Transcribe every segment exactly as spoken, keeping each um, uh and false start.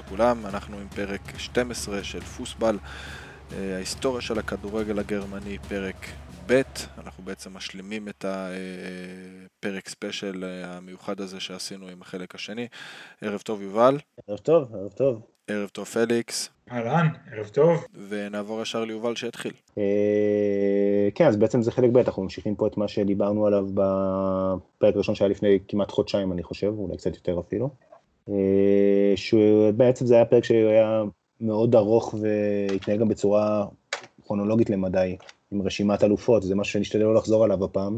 לכולם, אנחנו עם פרק שתים עשרה של פוסבל, ההיסטוריה של הכדורגל הגרמני, פרק ב'. אנחנו בעצם משלימים את הפרק ספיישל המיוחד הזה שעשינו עם החלק השני. ערב טוב יובל. ערב טוב, ערב טוב. ערב טוב פליקס. אהלן, ערב טוב. ונעבור ישר ליובל שיתחיל. כן, אז בעצם זה חלק ב', אנחנו ממשיכים פה את מה שדיברנו עליו בפרק הראשון שהיה לפני כמעט חודשיים, אני חושב, אולי קצת יותר אפילו. שבעצם זה היה פרק שהיה מאוד ארוך והתנהל גם בצורה כרונולוגית למדי, עם רשימת אלופות, זה משהו שנשתדל לא לחזור עליו הפעם.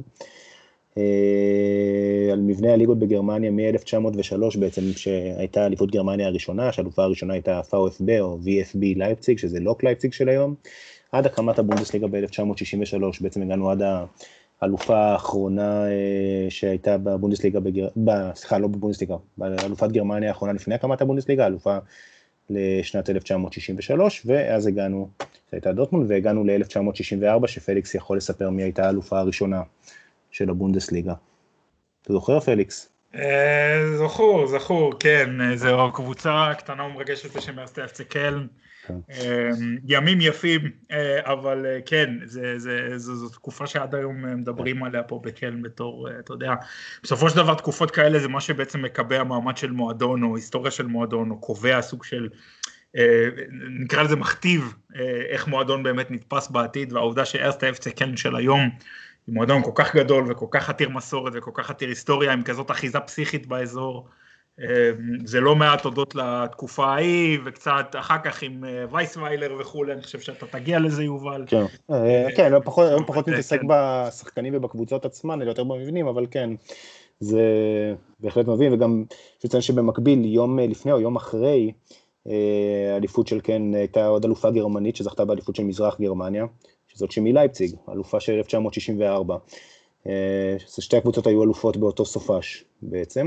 על מבנה הליגות בגרמניה מ-אלף תשע מאות ושלוש בעצם, שהייתה אליפות גרמניה הראשונה, שהאלופה הראשונה הייתה VfB או VfB לייפציג, שזה לוק לייפציג של היום, עד הקמת הבונדסליגה ב-אלף תשע מאות שישים ושלוש, בעצם הגענו עד האלופה האחרונה שהייתה בבונדסליגה, סליחה, לא בבונדסליגה, באלופת גרמניה האחרונה לפני הקמת הבונדסליגה, האלופה לשנת אלף תשע מאות שישים ושלוש, ואז הגענו, שהייתה דורטמונד, והגענו ל-אלף תשע מאות שישים וארבע, שפליקס יכול לספר מי הייתה האלופה הראשונה של הבונדסליגה. אתה זוכר, פליקס? זכור, זכור, כן, זו קבוצה קטנה ומרגשת בשם ארסטה אף סי קלן, ימים יפים, אבל כן, זו תקופה שעד היום מדברים עליה פה בקלן בתור, אתה יודע, בסופו של דבר תקופות כאלה זה מה שבעצם מקבע מעמד של מועדון, או היסטוריה של מועדון, או קובע סוג של, נקרא לזה מכתיב, איך מועדון באמת נתפס בעתיד, והעובדה שארסטה אף סי קלן של היום, עם מועדון כל כך גדול וכל כך עתיר מסורת וכל כך עתיר היסטוריה, עם כזאת אחיזה פסיכית באזור, זה לא מעט תודות לתקופה ההיא, וקצת אחר כך עם וייסוויילר וכו', אני חושב שאתה תגיע לזה יובל. כן, כן, פחות מתעסק בשחקנים ובקבוצות עצמן, אלא יותר במבנים, אבל כן, זה בהחלט מבין, וגם שציין שבמקביל יום לפני או יום אחרי, האליפות של כן הייתה עוד אלופה גרמנית שזכתה באליפות של מזרח גרמניה, שזאת שמי לייפציג, אלופה של אלף תשע מאות שישים וארבע. שתי הקבוצות היו אלופות באותו סופש בעצם.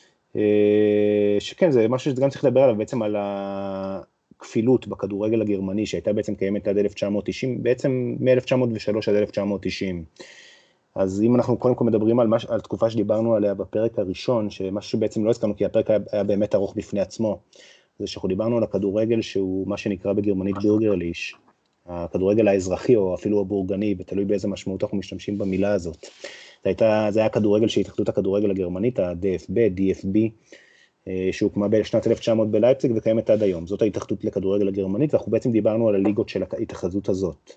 שכן, זה משהו שגם צריך לדבר עליו, בעצם על הכפילות בכדורגל הגרמני, שהייתה בעצם קיימת עד אלף תשע מאות תשעים, בעצם מ-אלף תשע מאות ושלוש עד אלף תשע מאות תשעים. אז אם אנחנו קודם כל מדברים על, מש... על תקופה שדיברנו עליה בפרק הראשון, שמשהו שבעצם לא הזכרנו, כי הפרק היה, היה באמת ארוך בפני עצמו, זה שאנחנו דיברנו על הכדורגל שהוא מה שנקרא בגרמנית בורגרליש, הכדורגל האזרחי או אפילו הבורגני, בתלוי באיזה משמעות אנחנו משתמשים במילה הזאת. זה, הייתה, זה היה כדורגל של התאחדות הכדורגל הגרמנית, ה-די אף בי, די אף בי, שהוקמה בשנת אלף תשע מאות בלייפציג וקיימת עד היום. זאת ההתאחדות לכדורגל הגרמנית, ואנחנו בעצם דיברנו על הליגות של ההתאחדות הזאת.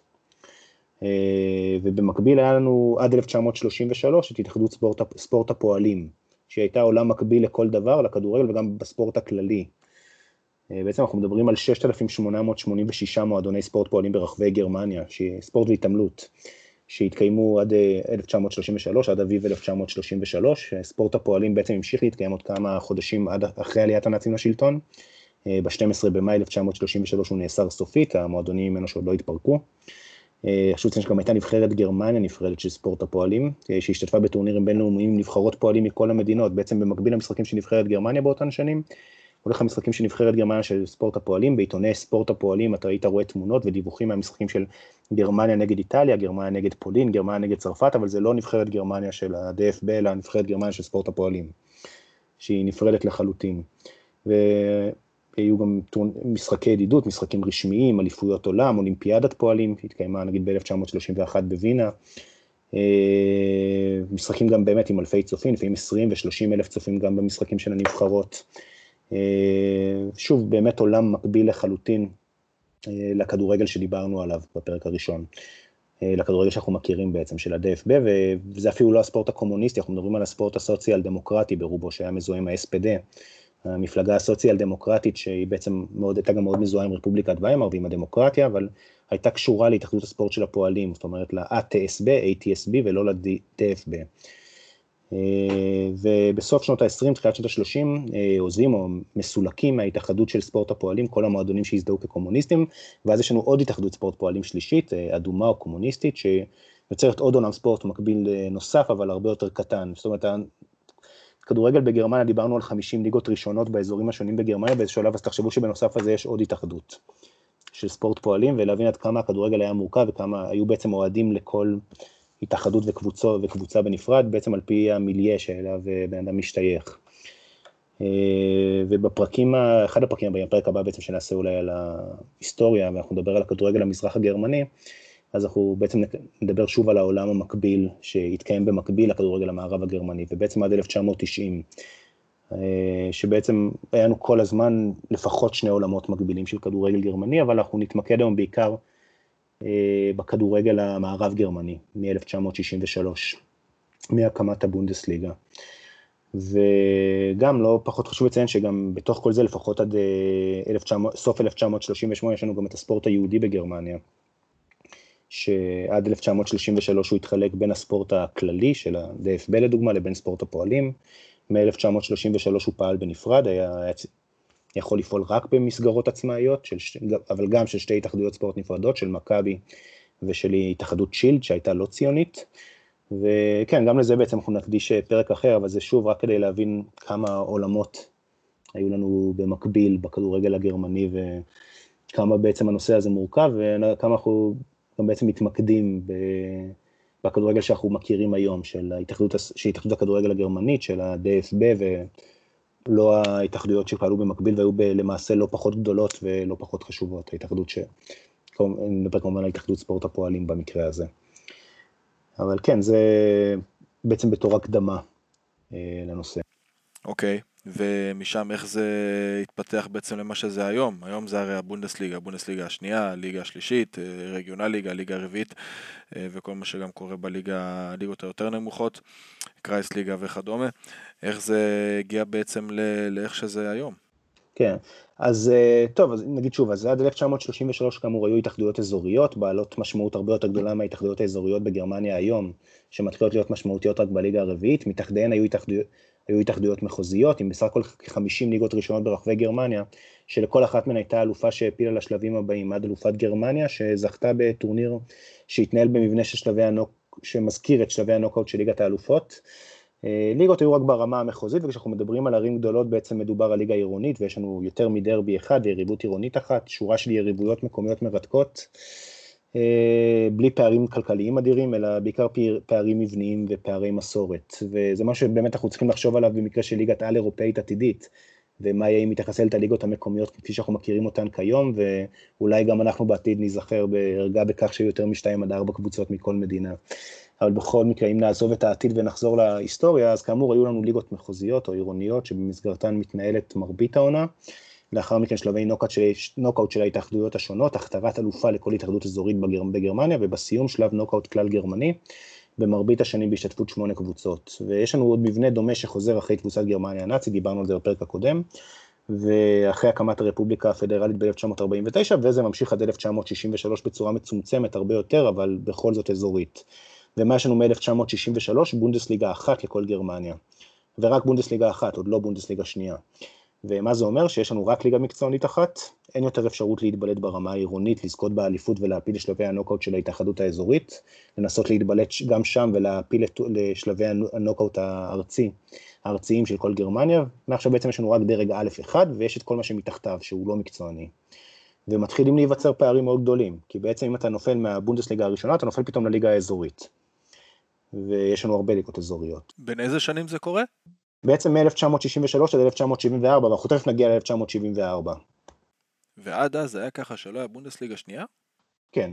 ובמקביל היה לנו עד אלף תשע מאות שלושים ושלוש את התאחדות ספורט, ספורט הפועלים, שהייתה עולם מקביל לכל דבר, לכדורגל וגם בספורט הכללי. בעצם אנחנו מדברים על שישת אלפים שמונה מאות שמונים ושישה מועדוני ספורט פועלים ברחבי גרמניה, ספורט והתעמלות, שהתקיימו עד אלף תשע מאות שלושים ושלוש, עד אביב אלף תשע מאות שלושים ושלוש, ספורט הפועלים בעצם המשיך להתקיים עוד כמה חודשים עד אחרי עליית הנאצים לשלטון, ב-שנים עשר במאי אלף תשע מאות שלושים ושלוש הוא נאסר סופית, המועדונים ממנו שעוד לא התפרקו, חשוב לציין שגם הייתה נבחרת גרמניה נפרדת של ספורט הפועלים, שהשתתפה בטורנירים בינלאומיים עם נבחרות פועלים מכל המדינות, בעצם במקביל למשחקים של נבחרת גרמניה באותן שנים, הולך המשחקים של נבחרת גרמניה של ספורט הפועלים, בעיתוני ספורט הפועלים אתה היית רואה תמונות ודיווחים מהמשחקים של גרמניה נגד איטליה, גרמניה נגד פולין, גרמניה נגד צרפת, אבל זה לא נבחרת גרמניה של ה-די אף בי, אלא נבחרת גרמניה של ספורט הפועלים, שהיא נפרדת לחלוטין. והיו גם משחקי ידידות, משחקים רשמיים, אליפויות עולם, אולימפיאדת פועלים, שהתקיימה נגיד ב-אלף תשע מאות שלושים ואחת בווינה, משחקים גם באמת עם אלפי צופים, לפעמים עשרים ושלושים אלף צופים גם במשחקים של הנבחרות. שוב, באמת עולם מקביל לחלוטין לכדורגל שדיברנו עליו בפרק הראשון, לכדורגל שאנחנו מכירים בעצם של ה-די אף בי, וזה אפילו לא הספורט הקומוניסטי, אנחנו מדברים על הספורט הסוציאל דמוקרטי ברובו, שהיה מזוהה עם ה-אס פי די, המפלגה הסוציאל דמוקרטית שהיא בעצם מאוד, הייתה גם מאוד מזוהה עם רפובליקת ויימאר ועם הדמוקרטיה, אבל הייתה קשורה להתאחדות הספורט של הפועלים, זאת אומרת ל-איי טי אס בי, איי טי אס בי ולא ל-די אף בי. ובסוף שנות ה-עשרים, תחילת שנות ה-שלושים, עוזבים או מסולקים מההתאחדות של ספורט הפועלים, כל המועדונים שהזדהו כקומוניסטים, ואז יש לנו עוד התאחדות ספורט פועלים שלישית, אדומה או קומוניסטית, שיוצרת עוד עולם ספורט מקביל נוסף, אבל הרבה יותר קטן. זאת אומרת, כדורגל בגרמניה, דיברנו על חמישים ליגות ראשונות באזורים השונים בגרמניה, באיזשהו שלב, אז תחשבו שבנוסף הזה יש עוד התאחדות של ספורט פועלים, ולהבין עד כמה הכדורגל היה מורכב, וכמה היו בעצם אוהדים לכל התאחדות וקבוצה, וקבוצה בנפרד, בעצם על פי המיליה שאליו בן אדם משתייך. ובפרקים, אחד הפרקים הבאים, הפרק הבא בעצם שנעשה אולי על ההיסטוריה, ואנחנו נדבר על הכדורגל המזרח הגרמני, אז אנחנו בעצם נדבר שוב על העולם המקביל, שהתקיים במקביל לכדורגל המערב הגרמני, ובעצם עד אלף תשע מאות תשעים, שבעצם היינו כל הזמן לפחות שני עולמות מקבילים של כדורגל גרמני, אבל אנחנו נתמקד היום בעיקר בכדורגל המערב גרמני, מ-אלף תשע מאות שישים ושלוש, מהקמת הבונדסליגה. וגם לא פחות חשוב לציין שגם בתוך כל זה, לפחות עד סוף אלף תשע מאות שלושים ושמונה, יש לנו גם את הספורט היהודי בגרמניה, שעד אלף תשע מאות שלושים ושלוש הוא התחלק בין הספורט הכללי של ה-די אף בי לדוגמה, לבין ספורט הפועלים. מ-אלף תשע מאות שלושים ושלוש הוא פעל בנפרד, היה, היה יכול לפעול רק במסגרות עצמאיות, של, אבל גם של שתי התאחדויות ספורט נפרדות, של מכבי ושל התאחדות שילד, שהייתה לא ציונית. וכן, גם לזה בעצם אנחנו נקדיש פרק אחר, אבל זה שוב רק כדי להבין כמה עולמות היו לנו במקביל בכדורגל הגרמני, וכמה בעצם הנושא הזה מורכב, וכמה אנחנו גם בעצם מתמקדים בכדורגל שאנחנו מכירים היום, של ההתאחדות, של התאחדות הכדורגל הגרמנית, של ה-די אף בי, ולא ההתאחדויות שפעלו במקביל, והיו למעשה לא פחות גדולות ולא פחות חשובות, ההתאחדות ש... נדבר כמובן על התאחדות ספורט הפועלים במקרה הזה. אבל כן, זה בעצם בתור הקדמה אה, לנושא. אוקיי, ומשם איך זה התפתח בעצם למה שזה היום? היום זה הרי הבונדסליגה, הבונדסליגה השנייה, הליגה השלישית, רגיונל ליגה, ליגה הרביעית, וכל מה שגם קורה בליגה, הליגות היותר נמוכות, קרייס ליגה וכדומה. איך זה הגיע בעצם לאיך שזה היום? כן, אז טוב, אז נגיד שוב, אז עד אלף תשע מאות שלושים ושלוש כאמור היו התאחדויות אזוריות, בעלות משמעות הרבה יותר גדולה מההתאחדויות האזוריות בגרמניה היום, שמתחילות להיות משמעותיות רק בליגה הרביעית, מתאחדיהן היו התאחדויות, היו התאחדויות מחוזיות, עם בסך הכל כ-חמישים ליגות ראשונות ברחבי גרמניה, שלכל אחת מהן הייתה אלופה שהפילה לשלבים הבאים, עד אלופת גרמניה, שזכתה בטורניר שהתנהל במבנה של שלבי הנוק, שמזכיר את שלבי הנוקאוט של ליגת האלופות. ליגות היו רק ברמה המחוזית, וכשאנחנו מדברים על ערים גדולות בעצם מדובר על ליגה עירונית, ויש לנו יותר מדרבי אחד ויריבות עירונית אחת, שורה של יריבויות מקומיות מרתקות, בלי פערים כלכליים אדירים, אלא בעיקר פערים מבניים ופערי מסורת, וזה משהו שבאמת אנחנו צריכים לחשוב עליו במקרה של ליגת על אירופאית עתידית, ומה יהיה אם מתייחסל את הליגות המקומיות כפי שאנחנו מכירים אותן כיום, ואולי גם אנחנו בעתיד נזכר בהרגע בכך שיהיו יותר משתיים עד ארבע קבוצות מכל מדינה. אבל בכל מקרה, אם נעזוב את העתיד ונחזור להיסטוריה, אז כאמור היו לנו ליגות מחוזיות או עירוניות, שבמסגרתן מתנהלת מרבית העונה, לאחר מכן שלבי נוקאוט של, נוקאוט של ההתאחדויות השונות, הכתרת אלופה לכל התאחדות אזורית בגר, בגרמניה, ובסיום שלב נוקאוט כלל גרמני, במרבית השנים בהשתתפות שמונה קבוצות. ויש לנו עוד מבנה דומה שחוזר אחרי תבוסת גרמניה הנאצית, דיברנו על זה בפרק הקודם, ואחרי הקמת הרפובליקה הפדרלית ב-אלף תשע מאות ארבעים ותשע, וזה ממשיך עד אלף תשע מאות שישים ושלוש בצורה מצומצמת הרבה יותר, אבל בכל זאת אזורית. ומה יש לנו מ-אלף תשע מאות שישים ושלוש, בונדסליגה אחת לכל גרמניה, ורק בונדסליגה אחת, עוד לא בונדסליגה שנייה. ומה זה אומר? שיש לנו רק ליגה מקצוענית אחת, אין יותר אפשרות להתבלט ברמה העירונית, לזכות באליפות ולהפיל לשלבי הנוקאוט של ההתאחדות האזורית, לנסות להתבלט גם שם ולהפיל לשלבי הנוקאוט הארצי, הארציים של כל גרמניה, מעכשיו בעצם יש לנו רק דרג א' אחד, ויש את כל מה שמתחתיו, שהוא לא מקצועני. ומתחילים להיווצר פערים מאוד גדולים, כי בעצם אם אתה נופל מהבונדסליגה הראשונה, אתה נופל פתאום לליגה האזורית. ויש לנו הרבה ליגות אזוריות. בין איזה שנים זה קורה? בעצם מ-אלף תשע מאות שישים ושלוש עד אלף תשע מאות שבעים וארבע, ואנחנו תכף נגיע ל-אלף תשע מאות שבעים וארבע. ועד אז היה ככה שלא היה בונדסליגה שנייה? כן.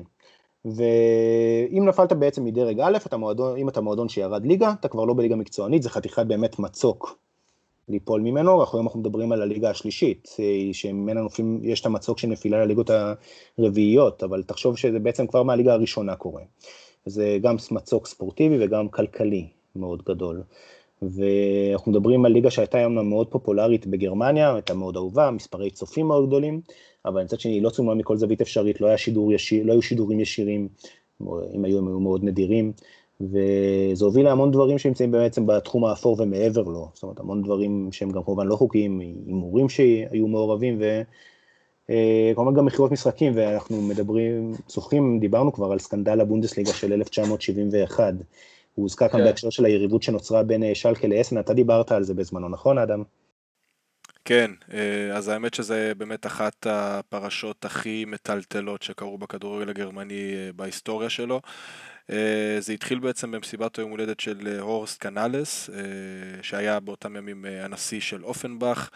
ואם נפלת בעצם מדרג א', אתה מועדון, אם אתה מועדון שירד ליגה, אתה כבר לא בליגה מקצוענית, זה חתיכת באמת מצוק ליפול ממנו, אנחנו היום אנחנו מדברים על הליגה השלישית, שממנה נופלים, יש את המצוק של נפילה לליגות הרביעיות, אבל תחשוב שזה בעצם כבר מהליגה הראשונה קורה. זה גם מצוק ספורטיבי וגם כלכלי מאוד גדול. ואנחנו מדברים על ליגה שהייתה היום מאוד פופולרית בגרמניה, הייתה מאוד אהובה, מספרי צופים מאוד גדולים, אבל מצד שני לא צומה מכל זווית אפשרית, לא היה שידור ישיר, לא היו שידורים ישירים, אם היו, הם היו מאוד נדירים, וזה הוביל להמון דברים שנמצאים בעצם בתחום האפור ומעבר לו, זאת אומרת, המון דברים שהם גם כמובן לא חוקיים, הימורים שהיו מעורבים, וכמובן גם מחירות משחקים, ואנחנו מדברים, צוחקים, דיברנו כבר על סקנדל הבונדסליגה של אלף תשע מאות שבעים ואחת, הוא הוזכר כאן בהקשר של היריבות שנוצרה בין שלקה לאסן, אתה דיברת על זה בזמנו, נכון אדם? כן, אז האמת שזה באמת אחת הפרשות הכי מטלטלות שקרו בכדורגל הגרמני בהיסטוריה שלו. זה התחיל בעצם במסיבת היום הולדת של הורסט קנאלס, שהיה באותם ימים הנשיא של אופנבך.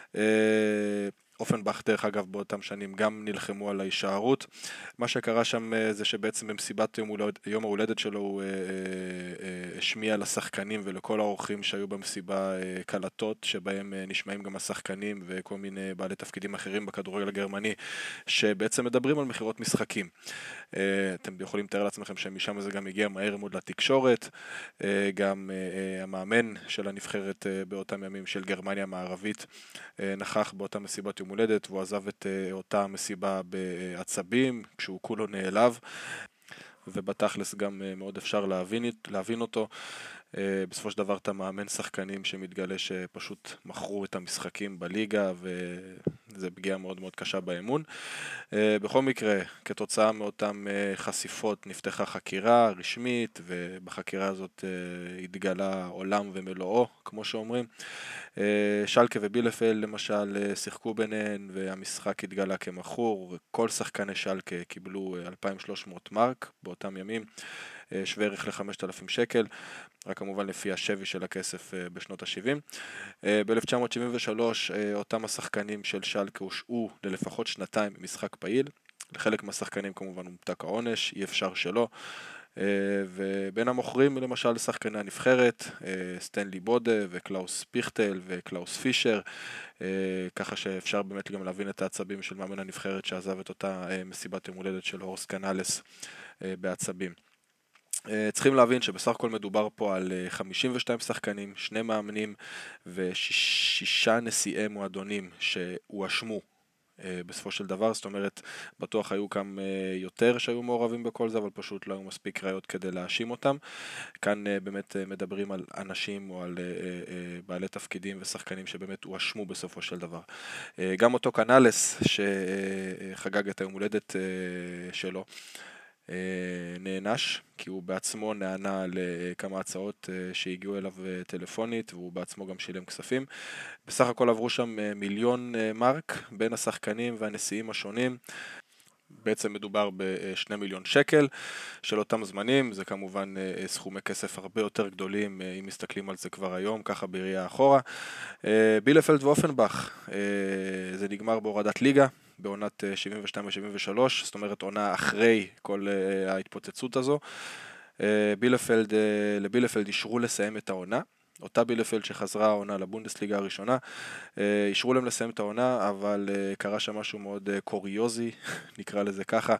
אופנבך דרך אגב באותם שנים גם נלחמו על ההישארות. מה שקרה שם זה שבעצם במסיבת יום, הולד, יום ההולדת שלו הוא השמיע לשחקנים ולכל האורחים שהיו במסיבה קלטות שבהם נשמעים גם השחקנים וכל מיני בעלי תפקידים אחרים בכדורגל הגרמני שבעצם מדברים על מחירות משחקים. אתם יכולים לתאר לעצמכם שמשם זה גם הגיע מהר מאוד לתקשורת. גם המאמן של הנבחרת באותם ימים של גרמניה המערבית נכח באותה מסיבת יום הולדת והוא עזב את אותה מסיבה בעצבים כשהוא כולו נעלב, ובתכלס גם מאוד אפשר להבין, להבין אותו. בסופו של דבר אתה מאמן שחקנים שמתגלה שפשוט מכרו את המשחקים בליגה וזה פגיעה מאוד מאוד קשה באמון. בכל מקרה, כתוצאה מאותם חשיפות נפתחה חקירה רשמית ובחקירה הזאת התגלה עולם ומלואו כמו שאומרים. שלקה ובילפלד למשל שיחקו ביניהן והמשחק התגלה כמכור וכל שחקני שלקה קיבלו אלפיים ושלוש מאות מרק באותם ימים, שווה ערך ל-חמשת אלפים שקל, רק כמובן לפי השווי של הכסף בשנות ה-שבעים. ב-אלף תשע מאות שבעים ושלוש אותם השחקנים של שלקה הושעו ללפחות שנתיים במשחק פעיל, לחלק מהשחקנים כמובן הומתק העונש, אי אפשר שלא, ובין המוכרים למשל שחקני הנבחרת, סטנלי בודה וקלאוס פיכטל וקלאוס פישר, ככה שאפשר באמת גם להבין את העצבים של מאמן הנבחרת שעזב את אותה מסיבת יום הולדת של הורסט קנאלס בעצבים. צריכים להבין שבסך הכל מדובר פה על חמישים ושתיים שחקנים, שני מאמנים ושישה נשיאי מועדונים שהואשמו בסופו של דבר, זאת אומרת בטוח היו כמה יותר שהיו מעורבים בכל זה, אבל פשוט לא היו מספיק ראיות כדי להאשים אותם. כאן באמת מדברים על אנשים או על בעלי תפקידים ושחקנים שבאמת הואשמו בסופו של דבר. גם אותו קנאלס שחגג את היום הולדת שלו נענש, כי הוא בעצמו נענה לכמה הצעות שהגיעו אליו טלפונית, והוא בעצמו גם שילם כספים. בסך הכל עברו שם מיליון מרק בין השחקנים והנשיאים השונים. בעצם מדובר בשני מיליון שקל של אותם זמנים, זה כמובן סכומי כסף הרבה יותר גדולים אם מסתכלים על זה כבר היום, ככה בראייה אחורה. בילפלד ואופנבך, זה נגמר בהורדת ליגה, בעונת שבעים ושתיים ושבעים ושלוש, זאת אומרת עונה אחרי כל ההתפוצצות הזו. בילפלד, לבילפלד אישרו לסיים את העונה, אותה בילפלד שחזרה העונה לבונדסליגה הראשונה, אישרו להם לסיים את העונה, אבל קרה שם משהו מאוד קוריוזי, נקרא לזה ככה.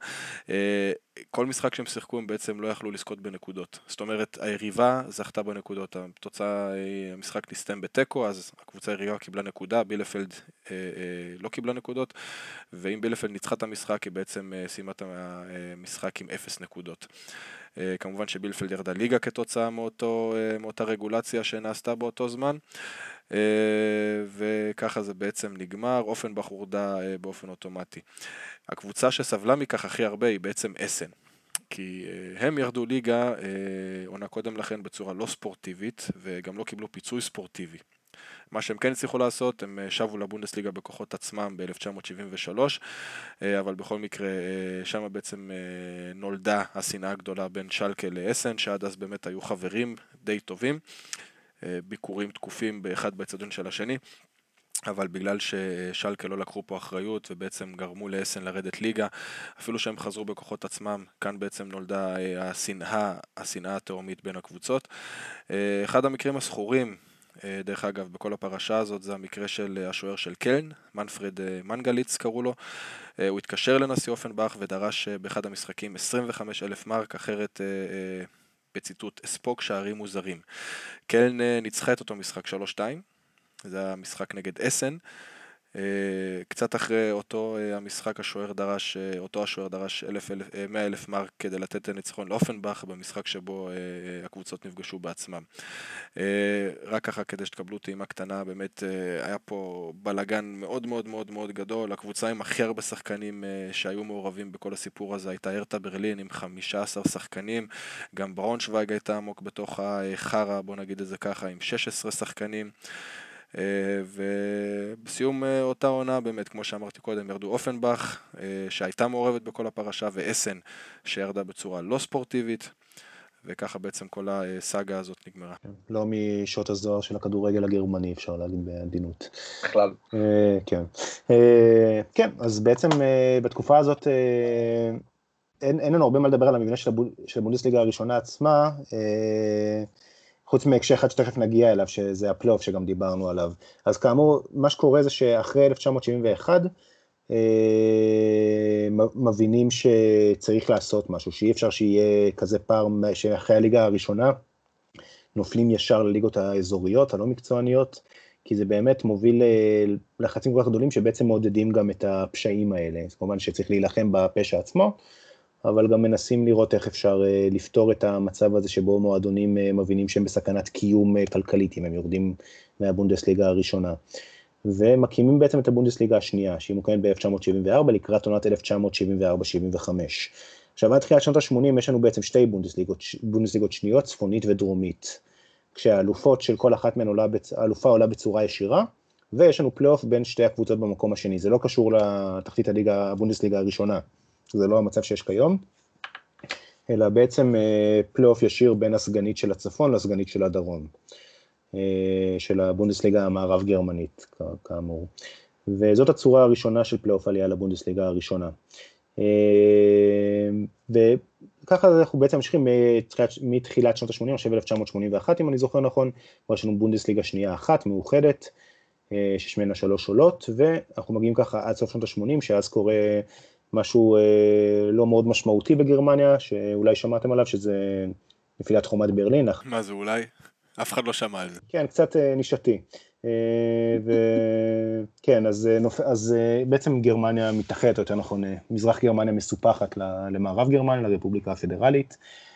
כל משחק שהם שיחקו הם בעצם לא יכלו לזכות בנקודות. זאת אומרת, היריבה זכתה בנקודות. התוצאה, המשחק נסתם בטקו, אז הקבוצה היריבה קיבלה נקודה, בילפלד אה, אה, לא קיבלה נקודות, ואם בילפלד ניצחה את המשחק, היא בעצם סיימה את המשחק עם אפס נקודות. אה, כמובן שבילפלד ירדה ליגה כתוצאה מאותו, מאותה רגולציה שנעשתה באותו זמן. Uh, וככה זה בעצם נגמר, אופנבך הורדה uh, באופן אוטומטי. הקבוצה שסבלה מכך הכי הרבה היא בעצם אסן, כי uh, הם ירדו ליגה uh, עונה קודם לכן בצורה לא ספורטיבית, וגם לא קיבלו פיצוי ספורטיבי. מה שהם כן הצליחו לעשות, הם uh, שבו לבונדסליגה בכוחות עצמם ב-אלף תשע מאות שבעים ושלוש, uh, אבל בכל מקרה uh, שם בעצם uh, נולדה השנאה הגדולה בין שלקה לאסן, שעד אז באמת היו חברים די טובים, ביקורים תקופים באחד באצטדיון של השני, אבל בגלל ששלקה לא לקחו פה אחריות ובעצם גרמו לאסן לרדת ליגה, אפילו שהם חזרו בכוחות עצמם, כאן בעצם נולדה השנאה, השנאה התאומית בין הקבוצות. אחד המקרים הסחורים, דרך אגב, בכל הפרשה הזאת, זה המקרה של השוער של קלן, מנפרד מנגליץ קראו לו. הוא התקשר לנשיא אופנבך ודרש באחד המשחקים עשרים וחמישה אלף מרק, אחרת בציטוט אספוג שערים מוזרים. קלן ניצחה את אותו משחק שלוש שתיים, זה המשחק נגד אסן. קצת אחרי אותו המשחק השוער דרש, אותו השוער דרש מאה אלף מרק כדי לתת ניצחון לאופנבך במשחק שבו הקבוצות נפגשו בעצמם. רק ככה כדי שתקבלו טעימה קטנה, באמת היה פה בלגן מאוד מאוד מאוד מאוד גדול. הקבוצה עם הכי הרבה שחקנים שהיו מעורבים בכל הסיפור הזה הייתה הרטה ברלין עם חמישה עשר שחקנים, גם בראונשוויג הייתה עמוק בתוך החרה, בוא נגיד את זה ככה, עם שש עשרה שחקנים. ובסיום אותה עונה, באמת, כמו שאמרתי קודם, ירדו אופנבך, שהייתה מעורבת בכל הפרשה, ואסן, שירדה בצורה לא ספורטיבית, וככה בעצם כל הסאגה הזאת נגמרה. לא משעות הזוהר של הכדורגל הגרמני, אפשר להגיד בעדינות. בכלל. כן. כן, אז בעצם בתקופה הזאת, אין, אין לנו הרבה מה לדבר על המבנה של, הבונ... של הבונדסליגה הראשונה עצמה, אה, חוץ מהקשר אחד שתכף נגיע אליו, שזה הפלייאוף שגם דיברנו עליו. אז כאמור, מה שקורה זה שאחרי אלף תשע מאות שבעים ואחת, אה, מבינים שצריך לעשות משהו, שאי אפשר שיהיה כזה פער, שאחרי הליגה הראשונה, נופלים ישר לליגות האזוריות, הלא מקצועניות, כי זה באמת מוביל לחצים כל כך גדולים, שבעצם מעודדים גם את הפשעים האלה. אז כמובן שצריך להילחם בפשע עצמו, אבל גם מנסים לראות איך אפשר לפתור את המצב הזה שבו מועדונים מבינים שהם בסכנת קיום כלכלית, אם הם יורדים מהבונדסליגה הראשונה. ומקימים בעצם את הבונדסליגה השנייה, שהיא מוקמת ב-אלף תשע מאות שבעים וארבע, לקראת עונת אלף תשע מאות שבעים וארבע שבעים וחמש. עכשיו, עד תחילת שנות ה-שמונים יש לנו בעצם שתי בונדסליגות, בונדסליגות שניות, צפונית ודרומית, כשהאלופות של כל אחת מהן עולה, האלופה עולה בצורה ישירה, ויש לנו פלייאוף בין שתי הקבוצות במקום השני. זה לא קשור לתחתית הליגה, הבונדסליגה הראשונה, זה לא המצב שיש כיום, אלא בעצם פלייאוף ישיר בין הסגנית של הצפון לסגנית של הדרום, של הבונדסליגה המערב גרמנית, כאמור. וזאת הצורה הראשונה של פלייאוף עלייה לבונדסליגה הראשונה. וככה אנחנו בעצם ממשיכים מתחילת שנות ה-שמונים, עכשיו אלף תשע מאות שמונים ואחת, אם אני זוכר נכון, יש לנו בונדסליגה שנייה אחת, מאוחדת, ששמנה שלוש עולות, ואנחנו מגיעים ככה עד סוף שנות ה-שמונים, שאז קורה משהו לא מאוד משמעותי בגרמניה, שאולי שמעתם עליו, שזה נפילת חומת ברלין. מה זה אולי? אף אחד לא שמע על זה. כן, קצת נישתי. וכן, אז, אז בעצם גרמניה מתאחדת, יותר נכון, מזרח גרמניה מסופחת למערב גרמניה, לרפובליקה הפדרלית.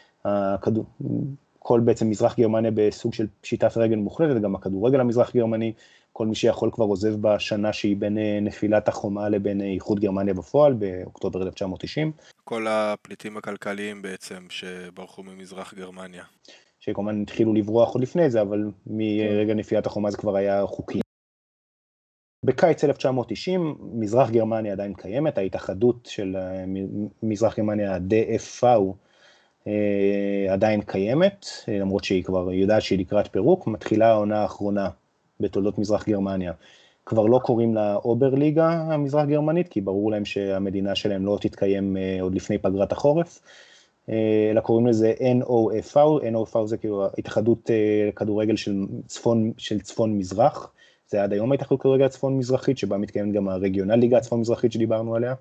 כל בעצם מזרח גרמניה בסוג של פשיטת רגל מוחלטת, גם הכדורגל המזרח גרמני, כל מי שיכול כבר עוזב בשנה שהיא בין נפילת החומה לבין איחוד גרמניה בפועל, באוקטובר אלף תשע מאות תשעים. כל הפליטים הכלכליים בעצם שברחו ממזרח גרמניה. שכמובן התחילו לברוח עוד לפני זה, אבל מרגע נפילת החומה זה כבר היה חוקי. בקיץ אלף תשע מאות תשעים, מזרח גרמניה עדיין קיימת, ההתאחדות של מזרח גרמניה, די אף איו, עדיין קיימת, למרות שהיא כבר יודעת שהיא לקראת פירוק, מתחילה העונה האחרונה בתולדות מזרח גרמניה. כבר לא קוראים לה אוברליגה המזרח גרמנית, כי ברור להם שהמדינה שלהם לא תתקיים עוד לפני פגרת החורף, אלא קוראים לזה אן או אף איו, אן או אף איו זה כאילו התאחדות כדורגל של צפון, של צפון מזרח, זה עד היום ההתאחדות כדורגל הצפון מזרחית, שבה מתקיימת גם הרגional ליגה הצפון מזרחית שדיברנו עליה,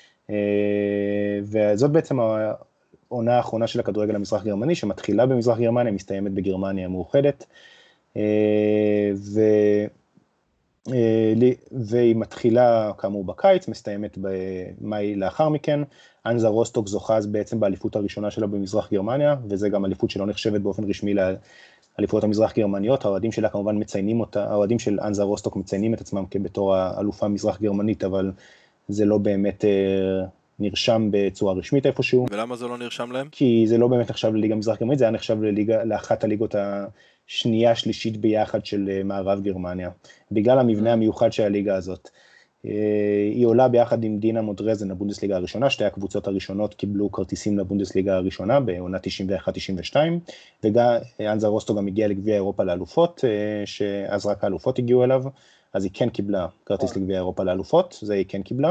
וזאת בעצם העונה האחרונה של הכדורגל המזרח גרמני, שמתחילה במזרח גרמניה, מסתיימת בגרמניה המאוחדת, ו... והיא מתחילה כאמור בקיץ, מסתיימת במאי לאחר מכן. אנזה רוסטוק זוכה אז בעצם באליפות הראשונה שלה במזרח גרמניה, וזה גם אליפות שלא נחשבת באופן רשמי לאליפות המזרח גרמניות, האוהדים שלה כמובן מציינים אותה, האוהדים של אנזה רוסטוק מציינים את עצמם בתור האלופה מזרח גרמנית, אבל זה לא באמת נרשם בצורה רשמית איפשהו. ולמה זה לא נרשם להם? כי זה לא באמת נחשב לליגה מזרח גרמנית, זה היה נחשב לליגה, לאחת הליגות השנייה, שלישית ביחד של מערב גרמניה, בגלל המבנה המיוחד של הליגה הזאת. היא עולה ביחד עם דינמו דרזדן לבונדסליגה הראשונה, שתי הקבוצות הראשונות קיבלו כרטיסים לבונדסליגה הראשונה, בעונה תשעים ואחת תשעים ושתיים, וגם אנזה רוסטוק גם הגיעה לגביע אירופה לאלופות, שאז רק האלופות הגיעו אליו, אז היא כן קיבלה כרטיס לגביע אירופה לאלופות, זה היא כן קיבלה.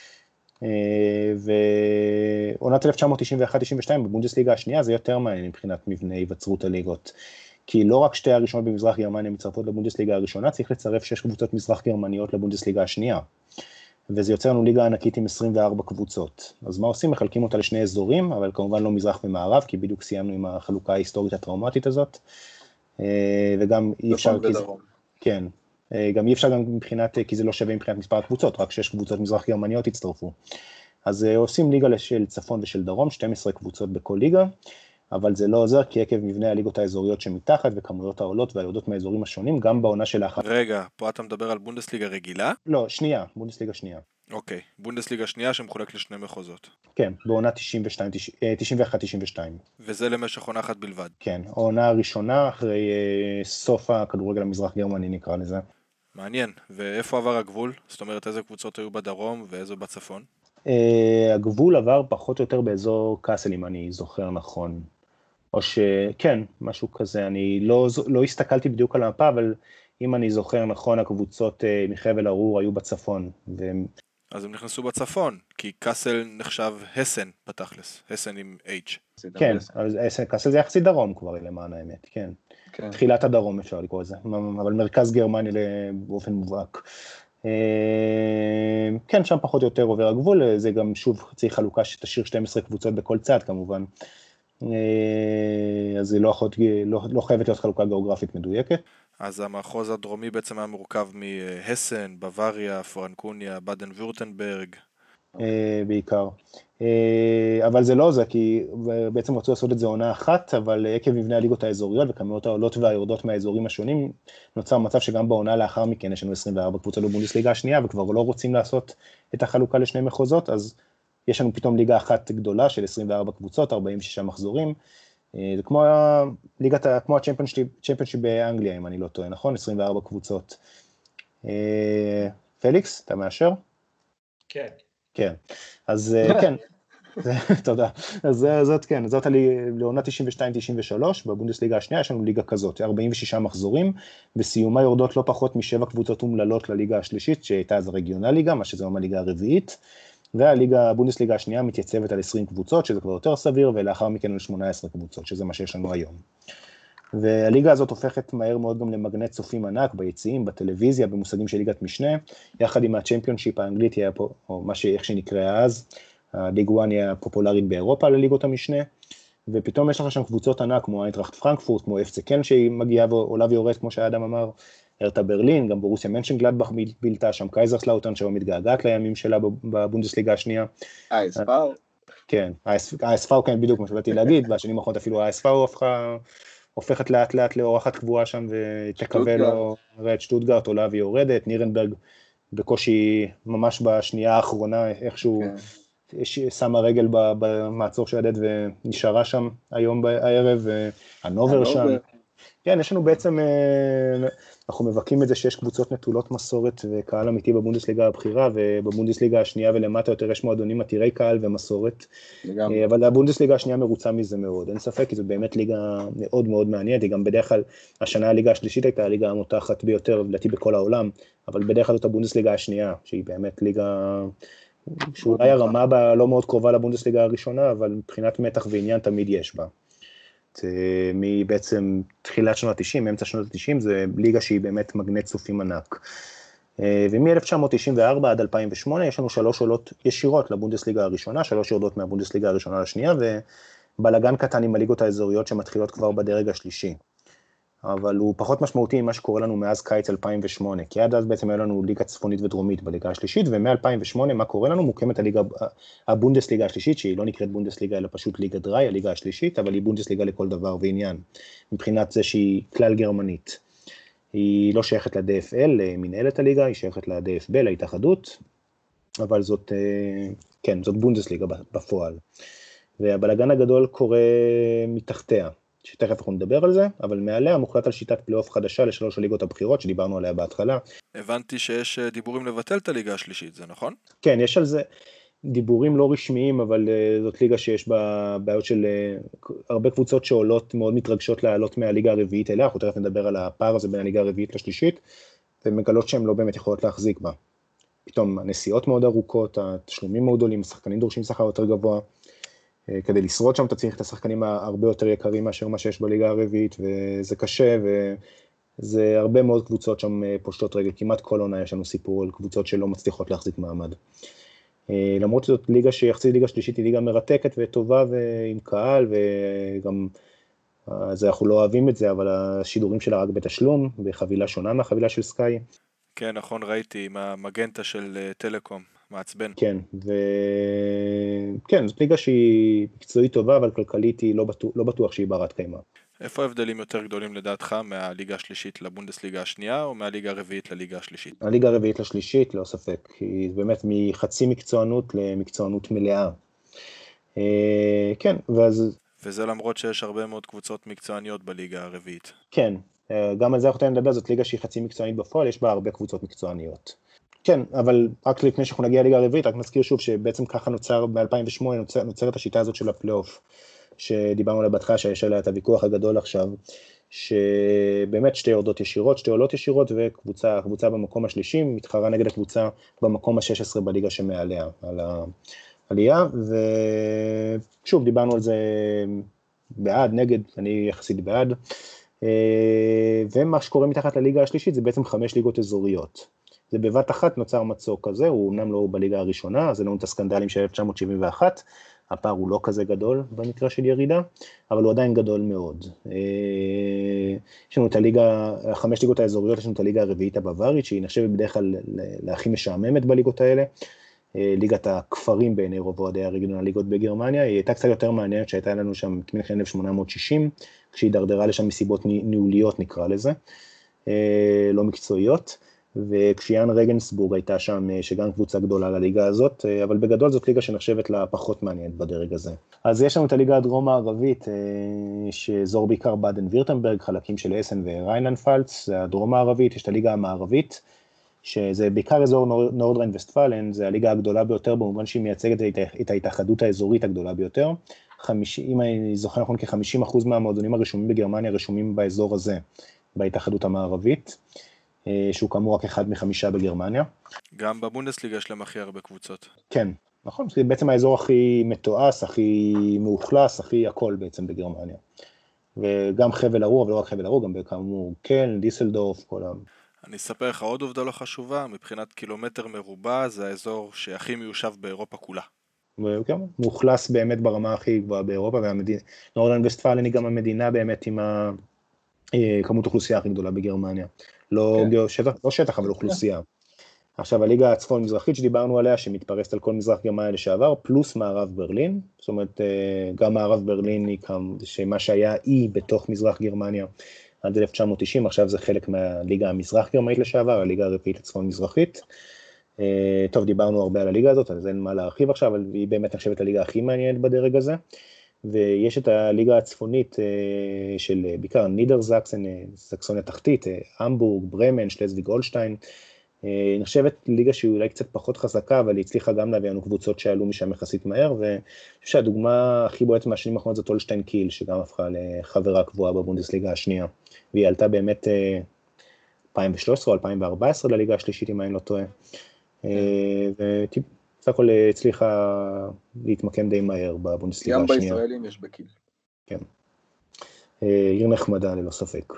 ועונת אלף תשע מאות תשעים ואחת תשעים ושתיים בבונדסליגה השנייה זה יותר מעניין מבחינת מבנה היווצרות הליגות, כי לא רק שתי הראשונות במזרח גרמניה מצטרפות לבונדסליגה הראשונה, צריך לצרף שש קבוצות מזרח גרמניות לבונדסליגה השנייה, וזה יוצר לנו ליגה ענקית עם עשרים וארבע קבוצות. אז מה עושים? מחלקים אותה לשני אזורים, אבל כמובן לא מזרח ומערב, כי בדיוק סיימנו עם החלוקה ההיסטורית הטראומטית הזאת, וגם אי אפשר... כן. גם אי אפשר גם מבחינת, כי זה לא שווה מבחינת מספר הקבוצות, רק שש קבוצות מזרח גרמניות הצטרפו. אז עושים ליגה של צפון ושל דרום, שתים עשרה קבוצות בכל ליגה, אבל זה לא עוזר, כי עקב מבנה הליגות האזוריות שמתחת, וכמויות העולות והיורדות מהאזורים השונים, גם בעונה של האחת. רגע, פה אתה מדבר על בונדסליגה רגילה? לא, שנייה, בונדסליגה שנייה. אוקיי, בונדסליגה שנייה שמחולק לשני מחוזות. כן, בעונה תשעים ואחת תשעים ושתיים. וזה למשך עונה אחת בלבד. כן, העונה הראשונה אחרי סוף הכדורגל המזרח גרמני נקרא לזה. מעניין. ואיפה עבר הגבול? זאת אומרת, איזה קבוצות היו בדרום ואיזה בצפון? הגבול עבר פחות או יותר באזור קאסל, אם אני זוכר נכון. או שכן, משהו כזה. אני לא, לא הסתכלתי בדיוק על המפה, אבל אם אני זוכר נכון, הקבוצות מחבל ארור היו בצפון. ו... אז הם נכנסו בצפון, כי קאסל נחשב הסן בתכלס, הסן עם H. כן, אז קאסל זה יחסית דרום כבר, למען האמת, כן. כן. תחילת הדרום אפשר לקרוא לזה, אבל מרכז גרמניה באופן מובהק. כן, שם פחות או יותר עובר הגבול, זה גם שוב צריך חלוקה שתשאיר שתים עשרה קבוצות בכל צד כמובן. אז זה לא, לא, לא חייבת להיות חלוקה גיאוגרפית מדויקת. אז המחוז הדרומי בעצם היה מורכב מהסן, בוואריה, פרנקוניה, בדן וורטנברג. בעיקר. אבל זה לא זה, כי בעצם רצו לעשות את זה עונה אחת, אבל עקב מבנה הליגות האזוריות וכמויות העולות והיורדות מהאזורים השונים, נוצר מצב שגם בעונה לאחר מכן יש לנו עשרים וארבע קבוצות בבונדסליגה השנייה, וכבר לא רוצים לעשות את החלוקה לשני מחוזות, אז יש לנו פתאום ליגה אחת גדולה של עשרים וארבע קבוצות, ארבעים ושש מחזורים, זה כמו ליגת, כמו הצ'מפיונשיפ באנגליה, אם אני לא טועה, נכון? עשרים וארבע קבוצות. פליקס, אתה מאשר? כן. כן, אז כן, תודה. אז זאת כן, זאת לעונה תשעים ושתיים תשעים ושלוש, בבונדסליגה השנייה יש לנו ליגה כזאת, ארבעים ושש מחזורים, בסיומה יורדות לא פחות משבע קבוצות אומללות לליגה השלישית, שהייתה אז הרגיונל ליגה, מה שזה אומר הליגה הרביעית, והליגה, הבונדסליגה השנייה מתייצבת על עשרים קבוצות, שזה כבר יותר סביר, ולאחר מכן על שמונה עשרה קבוצות, שזה מה שיש לנו היום. והליגה הזאת הופכת מהר מאוד גם למגנט צופים ענק, ביציעים, בטלוויזיה, במושגים של ליגת משנה, יחד עם הצ'מפיונשיפ האנגלית, או מה שאיך שנקרא אז, הליג וואן היא הפופולרית באירופה לליגות המשנה, ופתאום יש לך שם קבוצות ענק, כמו איינטראכט פרנקפורט, כמו אף סי קלן שהיא מגיעה ועולה ויורדת, כמו שהאדם אמר, הרטה ברלין, גם בורוסיה מנשנגלדבך בילתה שם, קייזרסלאוטרן שם מתגעגעת לימים שלה בבונדסליגה השנייה. אייספאו. כן, אייספאו כן בדיוק מה שבאתי להגיד, בשנים האחרונות אפילו אייספאו הפכה, הופכת לאט לאט לאורחת קבועה שם, ותקווה לו, רד שטוטגרט עולה ויורדת, נירנברג בקושי ממש בשנייה האחרונה, איכשהו שמה רגל במעצור של הדד ונשארה שם היום בערב, הנובר שם. כן, יש לנו בעצם, אנחנו מבקים את זה שיש קבוצות נטולות מסורת וקהל אמיתי בבונדסליגה הבכירה, ובבונדסליגה השנייה ולמטה יותר יש מועדונים עתירי קהל ומסורת, אבל הבונדסליגה השנייה מרוצה מזה מאוד, אין ספק, כי זו באמת ליגה מאוד מאוד מעניינת, היא גם בדרך כלל, השנה הליגה השלישית הייתה הליגה המותחת ביותר, לדעתי בכל העולם, אבל בדרך כלל זאת הבונדסליגה השנייה, שהיא באמת ליגה, שאולי הרמה בה לא מאוד קרובה לבונדסליגה הראשונה, אבל מבחינת מתח ועניין תמיד יש בה. מבעצם תחילת שנות ה-תשעים, מאמצע שנות ה-תשעים, זה ליגה שהיא באמת מגנט צופים ענק. ומ-אלף תשע מאות תשעים וארבע עד אלפיים ושמונה יש לנו שלוש עולות ישירות לבונדסליגה הראשונה, שלוש יורדות מהבונדסליגה הראשונה לשנייה, ובלגן קטן עם הליגות האזוריות שמתחילות כבר בדרג השלישי. אבל הוא פחות משמעותי ממה שקורה לנו מאז קיץ אלפיים ושמונה, כי עד אז בעצם היה לנו ליגה צפונית ודרומית בליגה השלישית, ומ-אלפיים ושמונה מה קורה לנו? מוקמת הליגה, הבונדסליגה השלישית, שהיא לא נקראת בונדסליגה, אלא פשוט ליגה דריי, הליגה השלישית, אבל היא בונדסליגה לכל דבר ועניין, מבחינת זה שהיא כלל גרמנית. היא לא שייכת ל-די אף אל, למנהלת הליגה, היא שייכת ל-די אף בי, להתאחדות, אבל זאת, כן, זאת בונדסליגה בפועל. והבלגן הגדול קורה מתחתיה. שתכף אנחנו נדבר על זה, אבל מעליה מוחלט על שיטת פלייאוף חדשה לשלוש הליגות הבכירות שדיברנו עליה בהתחלה. הבנתי שיש דיבורים לבטל את הליגה השלישית, זה נכון? כן, יש על זה דיבורים לא רשמיים, אבל uh, זאת ליגה שיש בה בעיות של uh, הרבה קבוצות שעולות מאוד מתרגשות לעלות מהליגה הרביעית אליה, אנחנו תכף נדבר על הפער הזה בין הליגה הרביעית לשלישית, ומגלות שהן לא באמת יכולות להחזיק בה. פתאום הנסיעות מאוד ארוכות, התשלומים מאוד גדולים, השחקנים דורשים שכר יותר גבוה, כדי לשרוד שם אתה צריך את השחקנים הרבה יותר יקרים מאשר מה שיש בליגה הרביעית, וזה קשה, וזה הרבה מאוד קבוצות שם פושטות רגל, כמעט כל עונה יש לנו סיפור על קבוצות שלא מצליחות להחזיק מעמד. למרות שזאת ליגה שיחסית ליגה שלישית היא ליגה מרתקת וטובה ועם קהל, וגם אז אנחנו לא אוהבים את זה, אבל השידורים שלה רק בתשלום, בחבילה שונה מהחבילה של סקאי. כן, נכון, ראיתי עם המגנטה של טלקום. מעצבן. כן, וכן, זאת ליגה שהיא מקצועית טובה, אבל כלכלית היא לא בטוח, לא בטוח שהיא ברת קיימא. איפה ההבדלים יותר גדולים לדעתך מהליגה השלישית לבונדסליגה השנייה, או מהליגה הרביעית לליגה השלישית? הליגה הרביעית לשלישית, לא ספק, היא באמת מחצי מקצוענות למקצוענות מלאה. כן, ואז... וזה למרות שיש הרבה מאוד קבוצות מקצועניות בליגה הרביעית. כן, גם על זה אנחנו תמיד נדבר, זאת ליגה שהיא חצי מקצוענית בפועל, יש בה הרבה קבוצות מקצועניות. כן, אבל רק לפני שאנחנו נגיע לליגה הרביעית, רק נזכיר שוב שבעצם ככה נוצר ב-אלפיים ושמונה, נוצר, נוצרת השיטה הזאת של הפלייאוף, שדיברנו עליה בהתחלה, שיש עליה את הוויכוח הגדול עכשיו, שבאמת שתי יורדות ישירות, שתי עולות ישירות, וקבוצה קבוצה במקום השלישי, מתחרה נגד הקבוצה במקום ה-שש עשרה בליגה שמעליה, על העלייה, ושוב, דיברנו על זה בעד, נגד, אני יחסית בעד, ומה שקורה מתחת לליגה השלישית, זה בעצם חמש ליגות אזוריות. זה בבת אחת נוצר מצוא כזה, הוא אמנם לא בליגה הראשונה, זה לא את הסקנדלים של אלף תשע מאות שבעים ואחת, הפער הוא לא כזה גדול במקרה של ירידה, אבל הוא עדיין גדול מאוד. יש לנו את הליגה, החמש ליגות האזוריות, יש לנו את הליגה הרביעית הבווארית, שהיא נחשבת בדרך כלל להכי משעממת בליגות האלה, ליגת הכפרים בעיני רוב אוהדי הרגלון הליגות בגרמניה, היא הייתה קצת יותר מעניינת שהייתה לנו שם כמעט אלף שמונה מאות שישים, כשהיא דרדרה לשם מסיבות ניהוליות נקרא לזה, לא מקצועיות, וכשיאן רגנסבורג הייתה שם, שגם קבוצה גדולה לליגה הזאת, אבל בגדול זאת ליגה שנחשבת לה פחות מעניינת בדרג הזה. אז יש לנו את הליגה הדרום הערבית, שזור בעיקר באדן וירטנברג, חלקים של אסן וריינלנד פלץ, זה הדרום הערבית, יש את הליגה המערבית, שזה בעיקר אזור נורדריין וסטפלן, זה הליגה הגדולה ביותר, במובן שהיא מייצגת את ההתאחדות האזורית הגדולה ביותר, אם אני זוכר נכון כ-חמישים אחוז מהמועדונים הרשומים בגרמניה רשומים באזור הזה, בהתאחדות המערבית, שהוא כאמור רק אחד מחמישה בגרמניה. גם בבונדסליגה יש להם הכי הרבה קבוצות. כן, נכון, זה בעצם האזור הכי מתועש, הכי מאוכלס, הכי הכל בעצם בגרמניה. וגם חבל ארור, אבל לא רק חבל ארור, גם כאמור קלן, דיסלדורף, כל ה... אני אספר לך עוד עובדה לא חשובה, מבחינת קילומטר מרובע, זה האזור שהכי מיושב באירופה כולה. וכן, מאוכלס באמת ברמה הכי גבוהה באירופה, ונורדרן וסטפלן היא גם המדינה באמת עם כמות אוכלוסייה הכי גדולה בגרמניה. לא, כן. שטח, לא שטח, אבל אוכלוסייה. כן. עכשיו, הליגה הצפון מזרחית שדיברנו עליה, שמתפרסת על כל מזרח גרמניה לשעבר, פלוס מערב ברלין, זאת אומרת, גם מערב ברלין היא כמה, שמה שהיה אי בתוך מזרח גרמניה, עד אלף תשע מאות תשעים, עכשיו זה חלק מהליגה המזרח גרמנית לשעבר, הליגה הרביעית הצפון מזרחית. טוב, דיברנו הרבה על הליגה הזאת, אז אין מה להרחיב עכשיו, אבל היא באמת נחשבת הליגה הכי מעניינת בדרג הזה. ויש את הליגה הצפונית של בעיקר נידר זקסן, סקסוניה תחתית, המבורג, ברמן, שלזוויג הולשטיין, נחשבת ליגה שהיא אולי קצת פחות חזקה, אבל היא הצליחה גם להביא לנו קבוצות שעלו משם יחסית מהר, ואני חושב שהדוגמה הכי בועטת מהשנים האחרונות זאת הולשטיין קיל, שגם הפכה לחברה קבועה בבונדסליגה השנייה, והיא עלתה באמת אלפיים ושלוש עשרה או אלפיים וארבע עשרה לליגה השלישית, אם אני לא טועה, וטיפ, בסך הכל הצליחה להתמקם די מהר בבונדסליגה השנייה. גם בישראלים יש בקיל. כן. עיר נחמדה ללא ספק.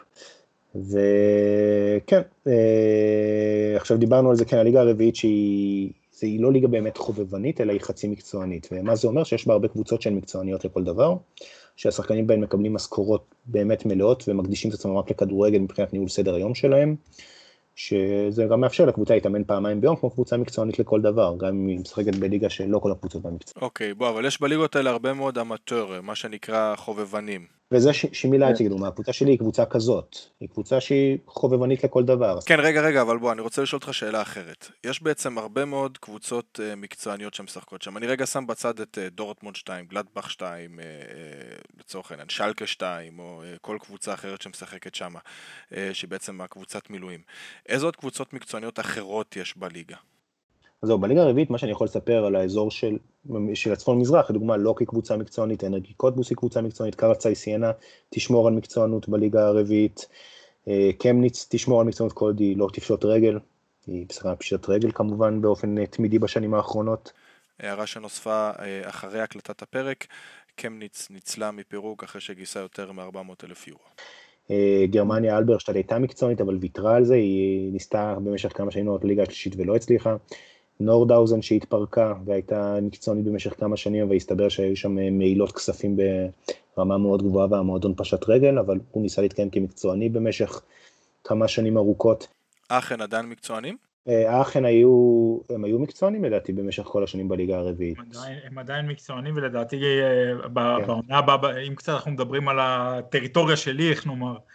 וכן, עכשיו דיברנו על זה, כן, הליגה הרביעית שהיא, היא לא ליגה באמת חובבנית, אלא היא חצי מקצוענית. ומה זה אומר? שיש בה הרבה קבוצות שהן מקצועניות לכל דבר, שהשחקנים בהן מקבלים משכורות באמת מלאות, ומקדישים את עצמם רק לכדורגל מבחינת ניהול סדר היום שלהם. שזה גם מאפשר לקבוצה להתאמן פעמיים ביום, כמו קבוצה מקצוענית לכל דבר, גם אם היא משחקת בליגה שלא כל הקבוצות במקצוע. אוקיי, בוא, אבל יש בליגות האלה הרבה מאוד אמטור, מה שנקרא חובבנים. וזה שמילה הציגו, הקבוצה שלי היא קבוצה כזאת, היא קבוצה שהיא חובבנית לכל דבר. כן, רגע, רגע, אבל בוא, אני רוצה לשאול אותך שאלה אחרת. יש בעצם הרבה מאוד קבוצות מקצועניות שמשחקות שם. אני רגע שם בצד את דורטמונד שתיים, גלדבך שתיים, לצורך העניין, שלקה שתיים, או כל קבוצה אחרת שמשחקת שם, שבעצם הקבוצת מילואים. איזה עוד קבוצות מקצועניות אחרות יש בליגה? אז זהו, בליגה הרביעית, מה שאני יכול לספר על האזור של, של הצפון מזרח, לדוגמה, לא כקבוצה מקצוענית, אנרגי קוטבוס היא קבוצה מקצוענית, קרצאי סיינה תשמור על מקצוענות בליגה הרביעית, קמניץ תשמור על מקצוענות כל עוד היא לא תפשוט רגל, היא בסך פשיטת רגל כמובן באופן תמידי בשנים האחרונות. הערה שנוספה אחרי הקלטת הפרק, קמניץ ניצלה מפירוק אחרי שגייסה יותר מ-ארבע מאות אלף יורו. גרמניה אלברשטאט הייתה מקצוענית, אבל ויתרה על זה, היא ניסתה במשך כמה שנים לעלות לליגה השלישית ולא הצליחה. נורדהאוזן שהתפרקה והייתה מקצוענית במשך כמה שנים, והסתבר שהיו שם מעילות כספים ברמה מאוד גבוהה והמועדון פשט רגל, אבל הוא ניסה להתקיים כמקצועני במשך כמה שנים ארוכות. אכן עדיין מקצוענים? אכן היו, הם היו מקצוענים לדעתי במשך כל השנים בליגה הרביעית. הם עדיין, הם עדיין מקצוענים, ולדעתי בעונה הבאה, אם קצת אנחנו מדברים על הטריטוריה שלי, איך נאמר,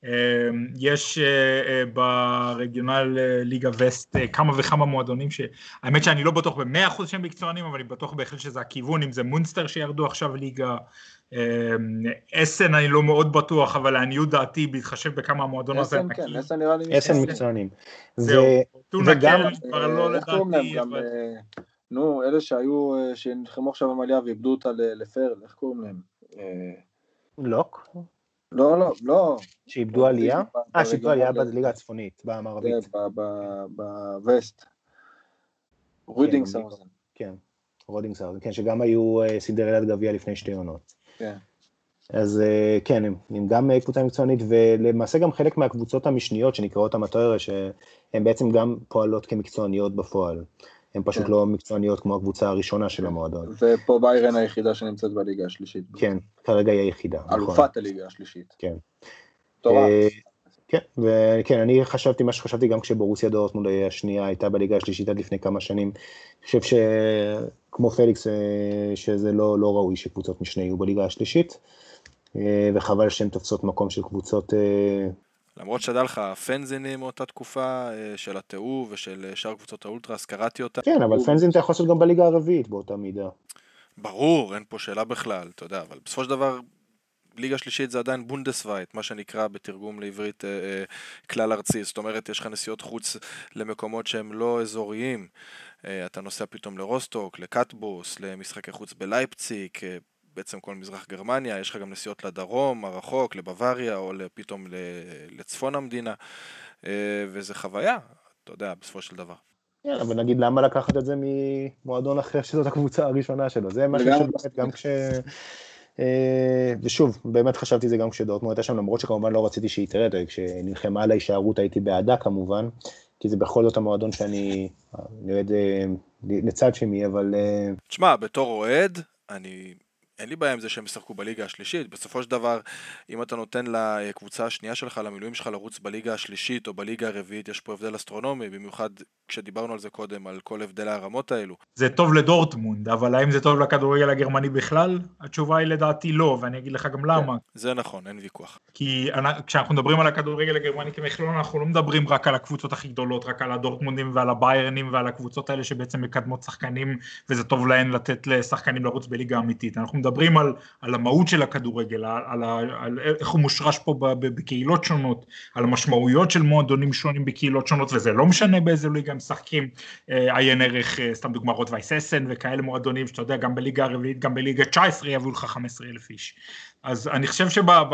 יש ברגional ליגה וסט כמה וכמה מועדונים שהאמת שאני לא בטוח ב-מאה אחוז שהם מקצוענים, אבל אני בטוח בהחלט שזה הכיוון, אם זה מונסטר שירדו עכשיו ליגה, אסן אני לא מאוד בטוח, אבל לעניות דעתי בהתחשב בכמה המועדון הזה. אסן כן, אסן נראה לי אסן מקצוענים. זהו, טונה קל כבר לא לדעתי. נו, אלה שהיו, שנלחמו עכשיו במעליה ואיבדו אותה לפרל, איך קוראים להם? לוק? לא, לא, לא. שאיבדו עלייה? אה, שאיבדו עלייה בליגה הצפונית, במערבית. בווסט. רודינגסהאוזן. כן, רודינגסהאוזן, כן, שגם היו סינדרלת גביע לפני שתי עונות. כן. אז כן, הם גם קבוצה מקצוענית, ולמעשה גם חלק מהקבוצות המשניות שנקראות המטוירה, שהן בעצם גם פועלות כמקצועניות בפועל. הן פשוט כן. לא מקצועניות כמו הקבוצה הראשונה של המועדון. ופה ביירן היחידה שנמצאת בליגה השלישית. כן, כרגע היא היחידה. אלופת נכון. הליגה השלישית. כן. טוב. כן, וכן, אני חשבתי, מה שחשבתי גם כשבורוסיה דורטמונד השנייה הייתה בליגה השלישית עד לפני כמה שנים, אני חושב שכמו פליקס, שזה לא, לא ראוי שקבוצות משנה יהיו בליגה השלישית, וחבל שהן תופסות מקום של קבוצות... למרות שדע לך פנזינים מאותה תקופה של התיאור ושל שאר קבוצות האולטרס, קראתי אותה. כן, אבל פנזין אתה יכול לעשות גם בליגה הרביעית באותה מידה. ברור, אין פה שאלה בכלל, אתה יודע, אבל בסופו של דבר, ליגה שלישית זה עדיין בונדסווייט, מה שנקרא בתרגום לעברית אה, אה, כלל ארצי, זאת אומרת, יש לך נסיעות חוץ למקומות שהם לא אזוריים, אה, אתה נוסע פתאום לרוסטוק, לקטבוס, למשחקי חוץ בלייפציק, אה, בעצם כל מזרח גרמניה, יש לך גם נסיעות לדרום, הרחוק, לבוואריה, או פתאום לצפון המדינה, וזה חוויה, אתה יודע, בסופו של דבר. כן, אבל נגיד למה לקחת את זה ממועדון אחר שזאת הקבוצה הראשונה שלו, זה משהו שבאמת גם כש... ושוב, באמת חשבתי זה גם כשדורטמונד הייתה שם, למרות שכמובן לא רציתי שהיא תרד, כשנלחמה על ההישארות הייתי בעדה כמובן, כי זה בכל זאת המועדון שאני נרד לצד שמי, אבל... תשמע, בתור אוהד, אני... אין לי בעיה עם זה שהם ישחקו בליגה השלישית, בסופו של דבר, אם אתה נותן לקבוצה השנייה שלך, למילואים שלך לרוץ בליגה השלישית או בליגה הרביעית, יש פה הבדל אסטרונומי, במיוחד כשדיברנו על זה קודם, על כל הבדלי הרמות האלו. זה טוב לדורטמונד, אבל האם זה טוב לכדורגל הגרמני בכלל? התשובה היא לדעתי לא, ואני אגיד לך גם למה. זה נכון, אין ויכוח. כי כשאנחנו מדברים על הכדורגל הגרמני כמכלול, אנחנו לא מדברים רק על הקבוצות הכי גדולות, רק על הדורטמונדים ועל הביירנים ועל הקבוצות האלה שבעצם מקדמות שחקנים, וזה טוב להן לתת לשחקנים לרוץ בליגה אמיתית. אנחנו מדברים על, על המהות של הכדורגל, על, על, על איך הוא מושרש פה בקהילות שונות, על המשמעויות של מועדונים שונים בקהילות שונות, וזה לא משנה באיזה ליגה הם משחקים, עיין ערך, סתם דוגמה רוטווייס אסן וכאלה מועדונים, שאתה יודע, גם בליגה הרביעית, גם בליגה תשע עשרה יביאו לך חמישה עשר אלף איש. אז אני חושב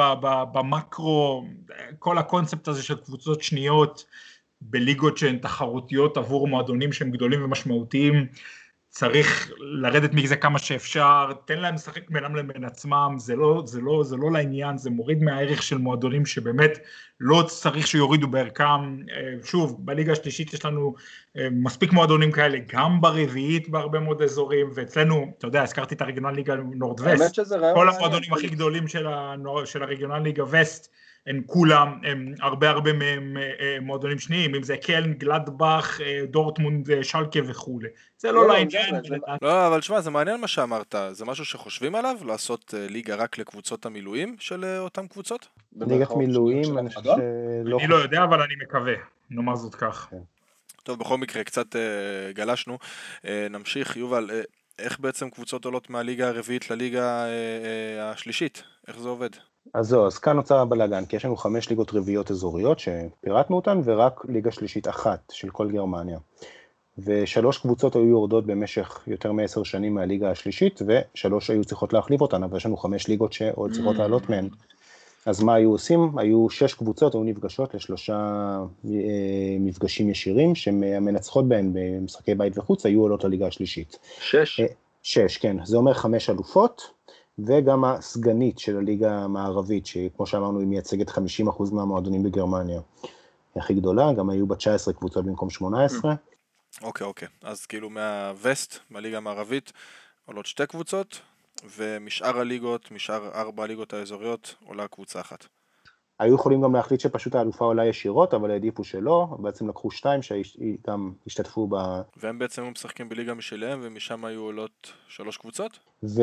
שבמקרו, כל הקונספט הזה של קבוצות שניות, בליגות שהן תחרותיות עבור מועדונים שהם גדולים ומשמעותיים, צריך לרדת מזה כמה שאפשר, תן להם לשחק בינם לבין עצמם, זה לא, זה לא, זה לא לעניין, זה מוריד מהערך של מועדונים שבאמת לא צריך שיורידו בערכם. שוב, בליגה השלישית יש לנו מספיק מועדונים כאלה, גם ברביעית בהרבה מאוד אזורים, ואצלנו, אתה יודע, הזכרתי את הרגional ליגה נורד-וסט, כל המועדונים הכי גדולים של הרגional ליגה וסט, הם כולם, הם הרבה הרבה מהם מועדונים שניים, אם זה קלן, גלדבך, דורטמונד, שלקה וכו'. זה לא לעניין. לא, אבל תשמע, זה מעניין מה שאמרת, זה משהו שחושבים עליו, לעשות ליגה רק לקבוצות המילואים של אותם קבוצות? ליגת מילואים, אני חושב שלא... אני לא יודע, אבל אני מקווה, נאמר זאת כך. טוב, בכל מקרה, קצת גלשנו, נמשיך, יובל, איך בעצם קבוצות עולות מהליגה הרביעית לליגה השלישית? איך זה עובד? אז זהו, אז כאן נוצר הבלגן, כי יש לנו חמש ליגות רביעיות אזוריות שפירטנו אותן, ורק ליגה שלישית אחת של כל גרמניה. ושלוש קבוצות היו יורדות במשך יותר מעשר שנים מהליגה השלישית, ושלוש היו צריכות להחליף אותן, אבל יש לנו חמש ליגות שעוד צריכות לעלות מהן. אז מה היו עושים? היו שש קבוצות, היו נפגשות לשלושה מפגשים ישירים, שהמנצחות בהן במשחקי בית וחוץ, היו עולות לליגה השלישית. שש? שש, כן. זה אומר חמש אלופות, וגם הסגנית של הליגה המערבית, שכמו שאמרנו, היא מייצגת חמישים אחוז מהמועדונים בגרמניה. היא הכי גדולה, גם היו בה תשע עשרה קבוצות במקום שמונה עשרה. אוקיי, אוקיי. אז כאילו מהווסט, מהליגה המערבית, עולות שתי קבוצות, ומשאר הליגות, משאר ארבע הליגות האזוריות, עולה קבוצה אחת. היו יכולים גם להחליט שפשוט האלופה עולה ישירות, אבל העדיפו שלא, בעצם לקחו שתיים שגם השתתפו ב... והם בעצם משחקים בליגה משלהם, ומשם היו עולות שלוש קבוצות?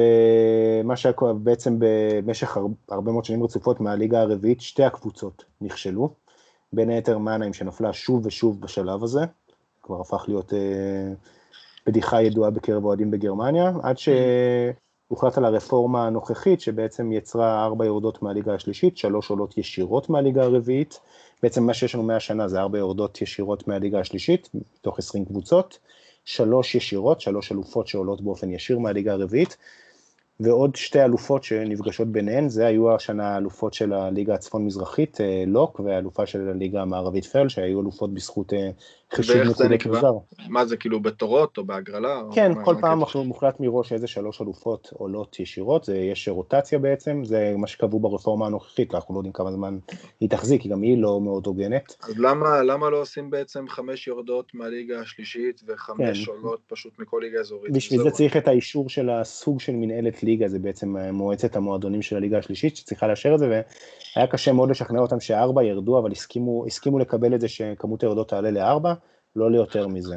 ומה שהיה בעצם במשך הרבה מאוד שנים רצופות מהליגה הרביעית, שתי הקבוצות נכשלו, בין היתר מאנהיים שנפלה שוב ושוב בשלב הזה, כבר הפך להיות אה, בדיחה ידועה בקרב אוהדים בגרמניה, עד שהוחלט על הרפורמה הנוכחית, שבעצם יצרה ארבע יורדות מהליגה השלישית, שלוש עולות ישירות מהליגה הרביעית, בעצם מה שיש לנו מאה שנה זה ארבע יורדות ישירות מהליגה השלישית, מתוך עשרים קבוצות, שלוש ישירות, שלוש אלופות שעולות באופן ישיר מהליגה הרביעית, ועוד שתי אלופות שנפגשות ביניהן, זה היו השנה האלופות של הליגה הצפון מזרחית, לוק, והאלופה של הליגה המערבית פרל, שהיו אלופות בזכות חישוב נקודות מוזר. מה זה, כאילו בתורות או בהגרלה? כן, כל פעם מוחלט מראש איזה שלוש אלופות עולות ישירות, זה יש רוטציה בעצם, זה מה שקבעו ברפורמה הנוכחית, אנחנו לא יודעים כמה זמן היא תחזיק, כי גם היא לא מאוד הוגנת. אז למה, למה לא עושים בעצם חמש יורדות מהליגה השלישית, וחמש עולות פשוט מכל ליגה אזורית? בשביל זה צריך את האישור של הסוג של מנהלת ליגה, זה בעצם מועצת המועדונים של הליגה השלישית, שצריכה לאשר את זה, והיה קשה מאוד לשכנע אותם שארבע ירדו, אבל הסכימו, הסכימו לקבל את זה שכמות הירדות תעלה לארבע, לא ליותר מזה.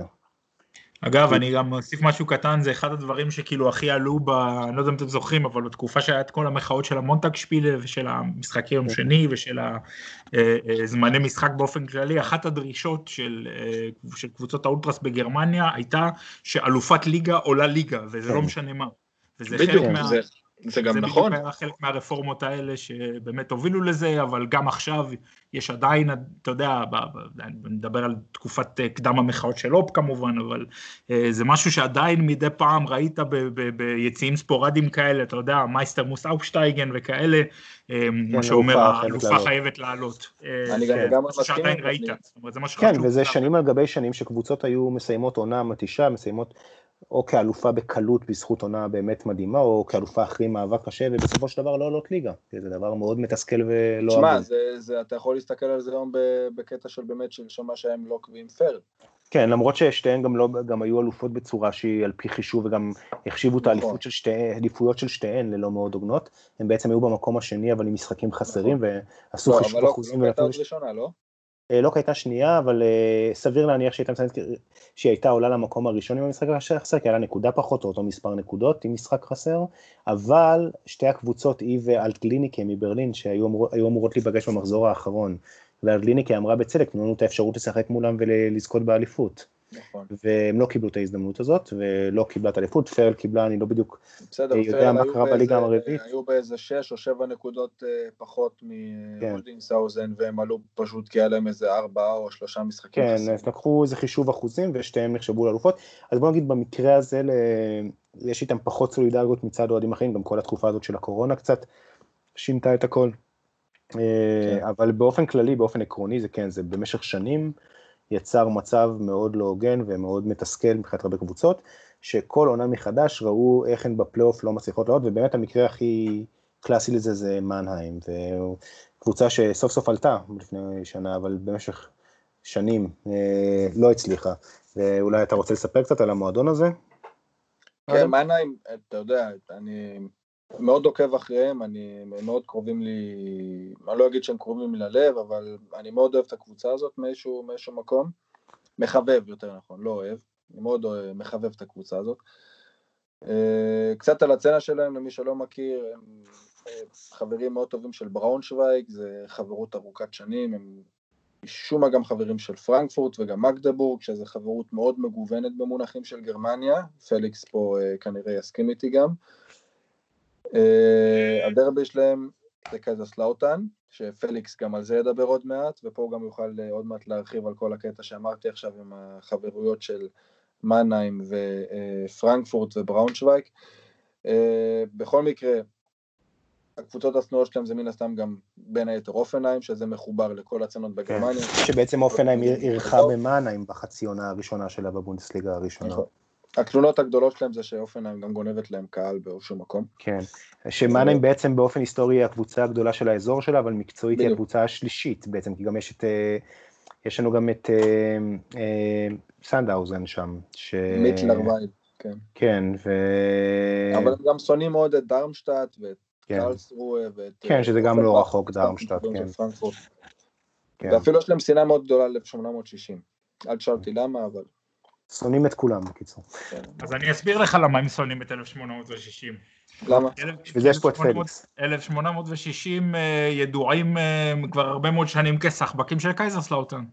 אגב, אני גם אוסיף משהו קטן, זה אחד הדברים שכאילו הכי עלו ב... אני לא יודע אם אתם זוכרים, אבל בתקופה שהיה את כל המחאות של המונטג שפילה, ושל המשחקי יום שני, ושל הזמני משחק באופן כללי, אחת הדרישות של, של קבוצות האולטרס בגרמניה, הייתה שאלופת ליגה עולה ליגה, וזה לא משנה מה. וזה בדיוק, חלק מה... זה, זה גם נכון. זה בדיוק חלק מהרפורמות האלה שבאמת הובילו לזה, אבל גם עכשיו יש עדיין, אתה יודע, נדבר על תקופת קדם המחאות של אופ כמובן, אבל זה משהו שעדיין מדי פעם ראית ביציאים ספורדיים כאלה, אתה יודע, מייסטר מוס אופשטייגן וכאלה, מה שאומר האלופה חייבת לעלות. אני גם מסכים. כן, וזה שנים על גבי שנים שקבוצות היו מסיימות עונה מתישה, מסיימות או כאלופה בקלות בזכות עונה באמת מדהימה, או כאלופה אחרי מאבק קשה, ובסופו של דבר לא עולות ליגה. זה דבר מאוד מתסכל ולא... תשמע, זה, זה, אתה יכול להסתכל על זה היום בקטע של באמת של שמה שהם לוק ועם פרל. כן, למרות ששתיהן גם, לא, גם היו אלופות בצורה שהיא על פי חישוב, וגם החשיבו את האליפות של שתיהן, העדיפויות של שתיהן ללא מאוד הוגנות. הם בעצם היו במקום השני, אבל עם משחקים חסרים, ועשו לא, חישוב אבל אחוזים. לא, לא הייתה עוד ראשונה, לא? לא הייתה שנייה, אבל סביר להניח שהיא הייתה, שהיא הייתה עולה למקום הראשון עם המשחק חסר, כי היה לה נקודה פחות, או אותו מספר נקודות עם משחק חסר, אבל שתי הקבוצות, היא ואלטליניקה מברלין, שהיו אמורות להיפגש במחזור האחרון, ואלטליניקה אמרה בצדק, תנו לנו את האפשרות לשחק מולם ולזכות באליפות. נכון. והם לא קיבלו את ההזדמנות הזאת, ולא קיבלה את האליפות, פרל קיבלה, אני לא בדיוק יודע מה קרה בליגה הרביעית. היו באיזה שש או שבע נקודות פחות מאושדין סאוזן, והם עלו פשוט כי היה להם איזה ארבעה או שלושה משחקים. כן, אז לקחו איזה חישוב אחוזים, ושתיהם נחשבו לאלופות. אז בוא נגיד, במקרה הזה, יש איתם פחות סולידריות מצד אוהדים אחרים, גם כל התקופה הזאת של הקורונה קצת שינתה את הכל. אבל באופן כללי, באופן עקרוני, זה כן, זה במשך שנים, יצר מצב מאוד לא הוגן ומאוד מתסכל מבחינת הרבה קבוצות, שכל עונה מחדש ראו איך הן בפלייאוף לא מצליחות לעוד, ובאמת המקרה הכי קלאסי לזה זה מאנהיים, וקבוצה שסוף סוף עלתה לפני שנה, אבל במשך שנים לא הצליחה, ואולי אתה רוצה לספר קצת על המועדון הזה? כן, מאנהיים, אתה יודע, אני מאוד עוקב אחריהם, אני מאוד קרובים לי, אני לא אגיד שהם קרובים לי ללב, אבל אני מאוד אוהב את הקבוצה הזאת מאיזשהו, מאיזשהו מקום, מחבב יותר נכון, לא אוהב, אני מאוד אוהב, מחבב את הקבוצה הזאת. קצת על הצנה שלהם, למי שלא מכיר, הם חברים מאוד טובים של בראונשוויג, זה חברות ארוכת שנים, הם משום מה גם חברים של פרנקפורט וגם מגדבורג, שזה חברות מאוד מגוונת במונחים של גרמניה, פליקס פה כנראה יסכים איתי גם. הדרבי שלהם זה קייזרסלאוטן, שפליקס גם על זה ידבר עוד מעט, ופה הוא גם יוכל עוד מעט להרחיב על כל הקטע שאמרתי עכשיו עם החברויות של מאנהיים ופרנקפורט ובראונשוויג. בכל מקרה, הקבוצות השנואות שלהם זה מן הסתם גם בין היתר אופנהיים, שזה מחובר לכל הצנות בגרמניה. שבעצם אופנהיים אירחה במאנהיים בחצי עונה הראשונה שלה בבונדסליגה הראשונה. התלונות הגדולות שלהם זה שאופנהיים גם גונבת להם קהל באיזשהו מקום. כן, שמאנהיים בעצם באופן היסטורי הקבוצה הגדולה של האזור שלה, אבל מקצועית היא הקבוצה השלישית בעצם, כי גם יש את, יש לנו גם את סנדהאוזן שם. מיטלר וייל, כן. כן, ו... אבל הם גם שונאים מאוד את דרמשטאט ואת קרלסרואה ואת... כן, שזה גם לא רחוק דרמשטאט, כן. ואפילו יש להם שנאה מאוד גדולה ל-אלף שמונה מאות שישים. אל תשאלתי למה, אבל... שונאים את כולם, בקיצור. אז אני אסביר לך למה הם שונאים את אלף שמונה מאות ושישים. למה? בשביל זה יש פה את פליקס. אלף שמונה מאות ושישים ידועים כבר הרבה מאוד שנים כסחבקים של קייזרסלאוטרן.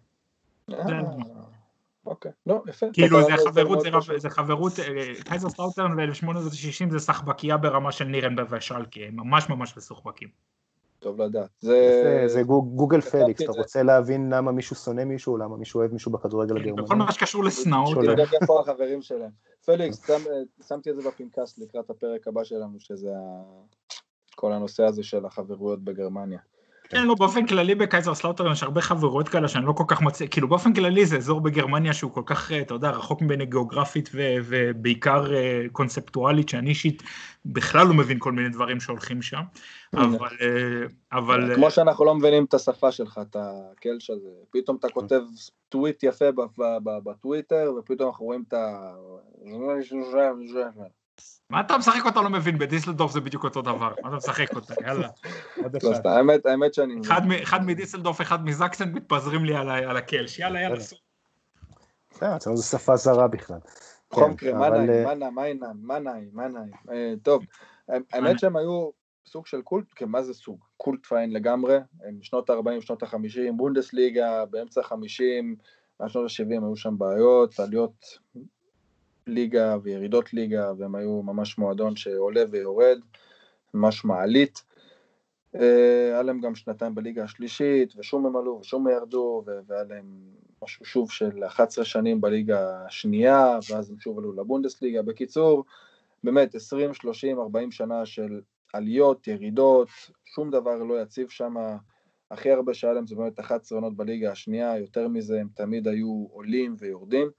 אוקיי, לא, יפה. כאילו זה חברות, זה חברות, קייזרסלאוטרן ו-אלף שמונה מאות ושישים זה סחבקייה ברמה של נירנברג ושלקה, הם ממש ממש מסוחבקים. טוב לדעת. זה גוגל פליקס, אתה רוצה להבין למה מישהו שונא מישהו, למה מישהו אוהב מישהו בכדורגל הגרמני? בכל מה שקשור לסנאות. אני יודע איפה החברים שלהם. פליקס, שמתי את זה בפנקס לקראת הפרק הבא שלנו, שזה כל הנושא הזה של החברויות בגרמניה. כן, לא, באופן כללי בקייזרסלאוטרן יש הרבה חברות כאלה שאני לא כל כך מצא, כאילו באופן כללי זה אזור בגרמניה שהוא כל כך, אתה יודע, רחוק ממני גיאוגרפית ובעיקר קונספטואלית, שאני אישית בכלל לא מבין כל מיני דברים שהולכים שם, אבל... אבל... כמו שאנחנו לא מבינים את השפה שלך, את הקלש הזה, פתאום אתה כותב טוויט יפה בטוויטר, ופתאום אנחנו רואים את ה... מה אתה משחק אותה לא מבין? בדיסלדורף זה בדיוק אותו דבר. מה אתה משחק אותה? יאללה. האמת, האמת שאני... אחד מדיסלדורף, אחד מזקסן מתפזרים לי על הקלש. יאללה, יאללה. בסדר, זו שפה זרה בכלל. חומקרי, מנאי, מנאי, מיינן, מנאי, מנאי. טוב, האמת שהם היו סוג של קולט, מה זה סוג? קולט פיין לגמרי. שנות ה-ארבעים, שנות ה-חמישים, בונדסליגה, באמצע ה-חמישים, בשנות ה-שבעים היו שם בעיות, עליות... ליגה וירידות ליגה, והם היו ממש מועדון שעולה ויורד, ממש מעלית. היה להם גם שנתיים בליגה השלישית, ושום הם עלו ושום הם ירדו, והיה להם משהו שוב של אחת עשרה שנים בליגה השנייה, ואז הם שוב עלו לבונדסליגה. בקיצור, באמת עשרים, שלושים, ארבעים שנה של עליות, ירידות, שום דבר לא יציב שם. הכי הרבה שהיה להם זה באמת אחת עשרה עונות בליגה השנייה, יותר מזה הם תמיד היו עולים ויורדים.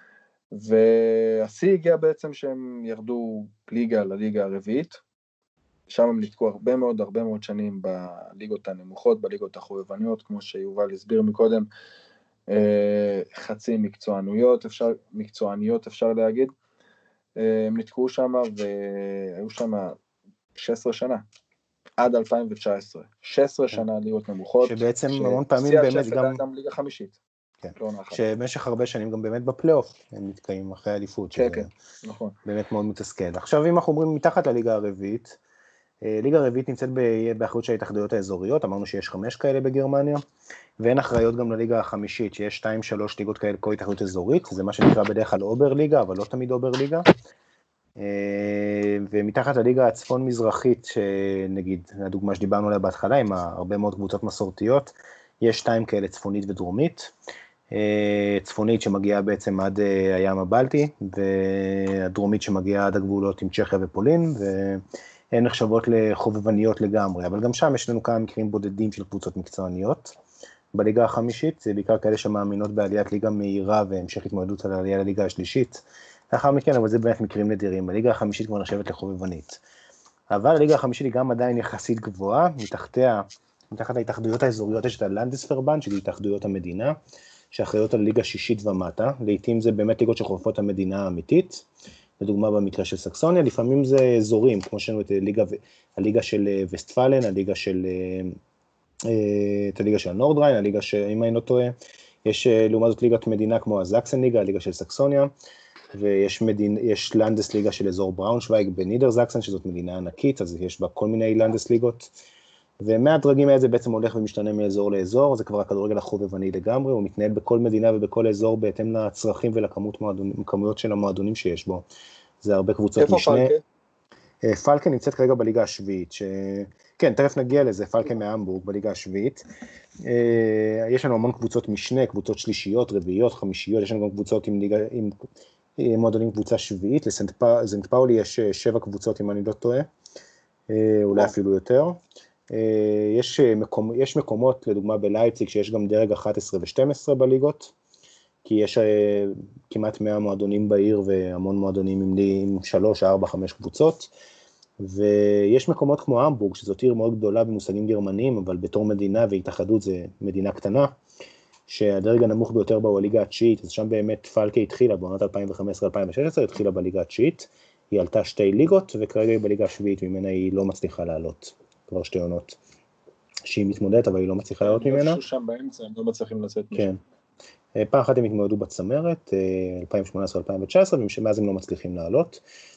והשיא הגיע בעצם שהם ירדו ליגה לליגה הרביעית, שם הם נתקעו הרבה מאוד הרבה מאוד שנים בליגות הנמוכות, בליגות החובבניות, כמו שיובל הסביר מקודם, חצי מקצועניות אפשר, מקצועניות אפשר להגיד, הם נתקעו שם והיו שם שש עשרה שנה, עד אלפיים תשע עשרה, שש עשרה שנה ליגות נמוכות, שבעצם המון פעמים באמת גם... גם ליגה חמישית. כן, שבמשך הרבה שנים גם באמת בפלייאוף הם נתקעים אחרי האליפות, כן, כן, נכון. באמת מאוד מתסכל. עכשיו אם אנחנו אומרים מתחת לליגה הרביעית, ליגה הרביעית נמצאת באחריות של ההתאחדויות האזוריות, אמרנו שיש חמש כאלה בגרמניה, ואין אחראיות גם לליגה החמישית, שיש שתיים שלוש ליגות כאלה כל התאחדות אזורית, זה מה שנקרא בדרך כלל אובר ליגה, אבל לא תמיד אובר ליגה, ומתחת לליגה הצפון מזרחית, שנגיד, הדוגמה שדיברנו עליה בהתחלה, עם הרבה מאוד קבוצות מסורתיות, יש שתיים כאלה צפונית ודרומית, צפונית שמגיעה בעצם עד הים הבלטי, והדרומית שמגיעה עד הגבולות עם צ'כיה ופולין, והן נחשבות לחובבניות לגמרי, אבל גם שם יש לנו כמה מקרים בודדים של קבוצות מקצועניות. בליגה החמישית, זה בעיקר כאלה שמאמינות בעליית ליגה מהירה והמשך התמודדות על העלייה לליגה השלישית, לאחר מכן, אבל זה באמת מקרים נדירים, בליגה החמישית כבר נחשבת לחובבנית. אבל הליגה החמישית היא גם עדיין יחסית גבוהה, מתחתיה, מתחת ההתאחדויות האזוריות יש את הלנדספרבנד, שזה התאחדויות המדינה, שאחראיות על ליגה שישית ומטה, לעתים זה באמת ליגות שחולפות המדינה האמיתית, לדוגמה במקרה של סקסוניה, לפעמים זה אזורים, כמו שלנו את הליגה, הליגה של וסטפלן, הליגה של, את הליגה של נורדריין, הליגה שאם אני לא טועה, יש לעומת זאת ליגת מדינה כמו הזקסן ליגה, הליגה של סקסוניה, ויש מדין, יש לנדס ליגה של אזור בראונשוויג בנידר זקסן, שזאת מדינה ענקית, אז יש בה כל מיני לנדס ליגות, ומהדרגים האלה זה בעצם הולך ומשתנה מאזור לאזור, זה כבר הכדורגל החובבני לגמרי, הוא מתנהל בכל מדינה ובכל אזור בהתאם לצרכים ולכמויות של המועדונים שיש בו. זה הרבה קבוצות משנה. איפה פלקה? פלקה נמצאת כרגע בליגה השביעית, ש... כן, תכף נגיע לזה, פלקה מהמבורג בליגה השביעית. יש לנו המון קבוצות משנה, קבוצות שלישיות, רביעיות, חמישיות, יש לנו גם קבוצות עם, ליגה, עם... מועדונים קבוצה שביעית, לסנט פאולי יש שבע קבוצות אם אני לא טועה, אולי אפילו יותר. יש, מקומ, יש מקומות, לדוגמה בלייפציג, שיש גם דרג אחת עשרה ו-שתים עשרה בליגות, כי יש כמעט מאה מועדונים בעיר, והמון מועדונים עם, עם שלוש, ארבע, חמש קבוצות, ויש מקומות כמו המבורג, שזאת עיר מאוד גדולה במושגים גרמניים, אבל בתור מדינה והתאחדות זה מדינה קטנה, שהדרג הנמוך ביותר בה הוא הליגה התשיעית, אז שם באמת פלקה התחילה, בעונת אלפיים וחמש עשרה אלפיים ושש עשרה, התחילה בליגה התשיעית, היא עלתה שתי ליגות, וכרגע היא בליגה השביעית, ממנה היא לא מצליחה לעלות, כבר שתי עונות שהיא מתמודדת, אבל היא לא מצליחה לעלות ממנה. משהו שם באמצע, הם לא מצליחים לצאת משם. כן. פעם אחת הם התמודדו בצמרת, אלפיים שמונה עשרה אלפיים תשע עשרה, ומאז הם לא מצליחים לעלות.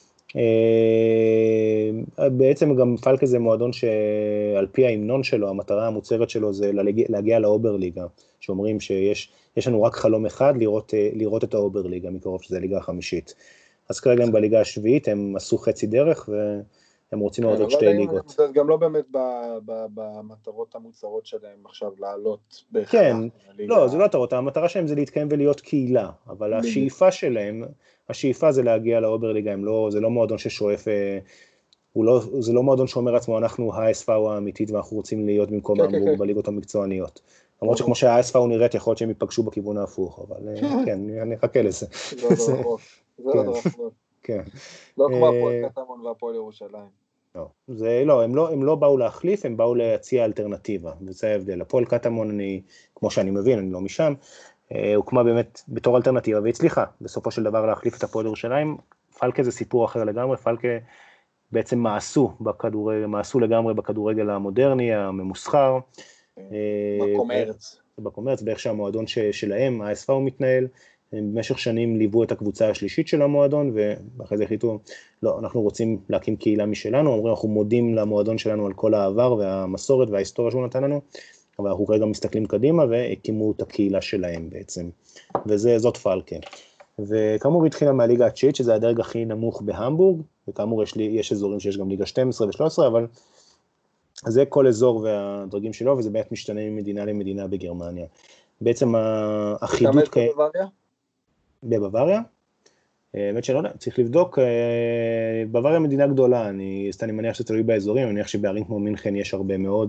בעצם גם פלקה זה מועדון שעל פי ההמנון שלו, המטרה המוצהרת שלו זה להגיע לאוברליגה, שאומרים שיש יש לנו רק חלום אחד, לראות, לראות את האוברליגה מקרוב, שזה הליגה החמישית. אז כרגע הם בליגה השביעית, הם עשו חצי דרך, והם רוצים לעלות עוד שתי ליגות. זה גם לא באמת במטרות המוצהרות שלהם עכשיו לעלות בהכרח. כן, לא, זה לא מטרות, המטרה שלהם זה להתקיים ולהיות קהילה, אבל השאיפה שלהם, השאיפה זה להגיע לאוברליגה, הם לא, זה לא מועדון ששואף, הוא לא, זה לא מועדון שאומר עצמו, אנחנו ה-אס פי האמיתית, ואנחנו רוצים להיות במקום האמור בליגות המקצועניות. למרות שכמו שה-אס פי נראית, יכול להיות שהם ייפגשו בכיוון ההפוך, אבל כן, אני אחכה לזה. זה עוד רחוק, זה עוד רחוק. כן. לא כמו הפועל קטמון והפועל ירושלים. לא, זה לא, הם לא, הם לא באו להחליף, הם באו להציע אלטרנטיבה, וזה ההבדל. הפועל קטמון, אני, כמו שאני מבין, אני לא משם, הוקמה באמת בתור אלטרנטיבה, והצליחה בסופו של דבר להחליף את הפועל ירושלים. פלקה זה סיפור אחר לגמרי, פלקה בעצם מעשו בכדורגל, מעשו לגמרי בכדורגל המודרני, הממוסחר. בקומרץ. בקומרץ, באיך שהמועדון שלהם, ה-אס פי הוא מתנהל, הם במשך שנים ליוו את הקבוצה השלישית של המועדון, ואחרי זה החליטו, לא, אנחנו רוצים להקים קהילה משלנו, אומרים, אנחנו מודים למועדון שלנו על כל העבר והמסורת וההיסטוריה שהוא נתן לנו, אבל אנחנו כרגע מסתכלים קדימה, והקימו את הקהילה שלהם בעצם, וזאת פלקה. וכאמור התחילה מהליגה התשיעית, שזה הדרג הכי נמוך בהמבורג, וכאמור יש, לי, יש אזורים שיש גם ליגה שתים עשרה ו-שלוש עשרה, אבל זה כל אזור והדרגים שלו, וזה באמת משתנה ממדינה למדינה בגרמניה. בעצם האחידות... אתה מת בבווריה? בבווריה? באמת שלא יודע, צריך לבדוק, בווריה מדינה גדולה, אני, אני מניח שזה תלוי באזורים, אני מניח שבערים כמו מינכן יש הרבה מאוד,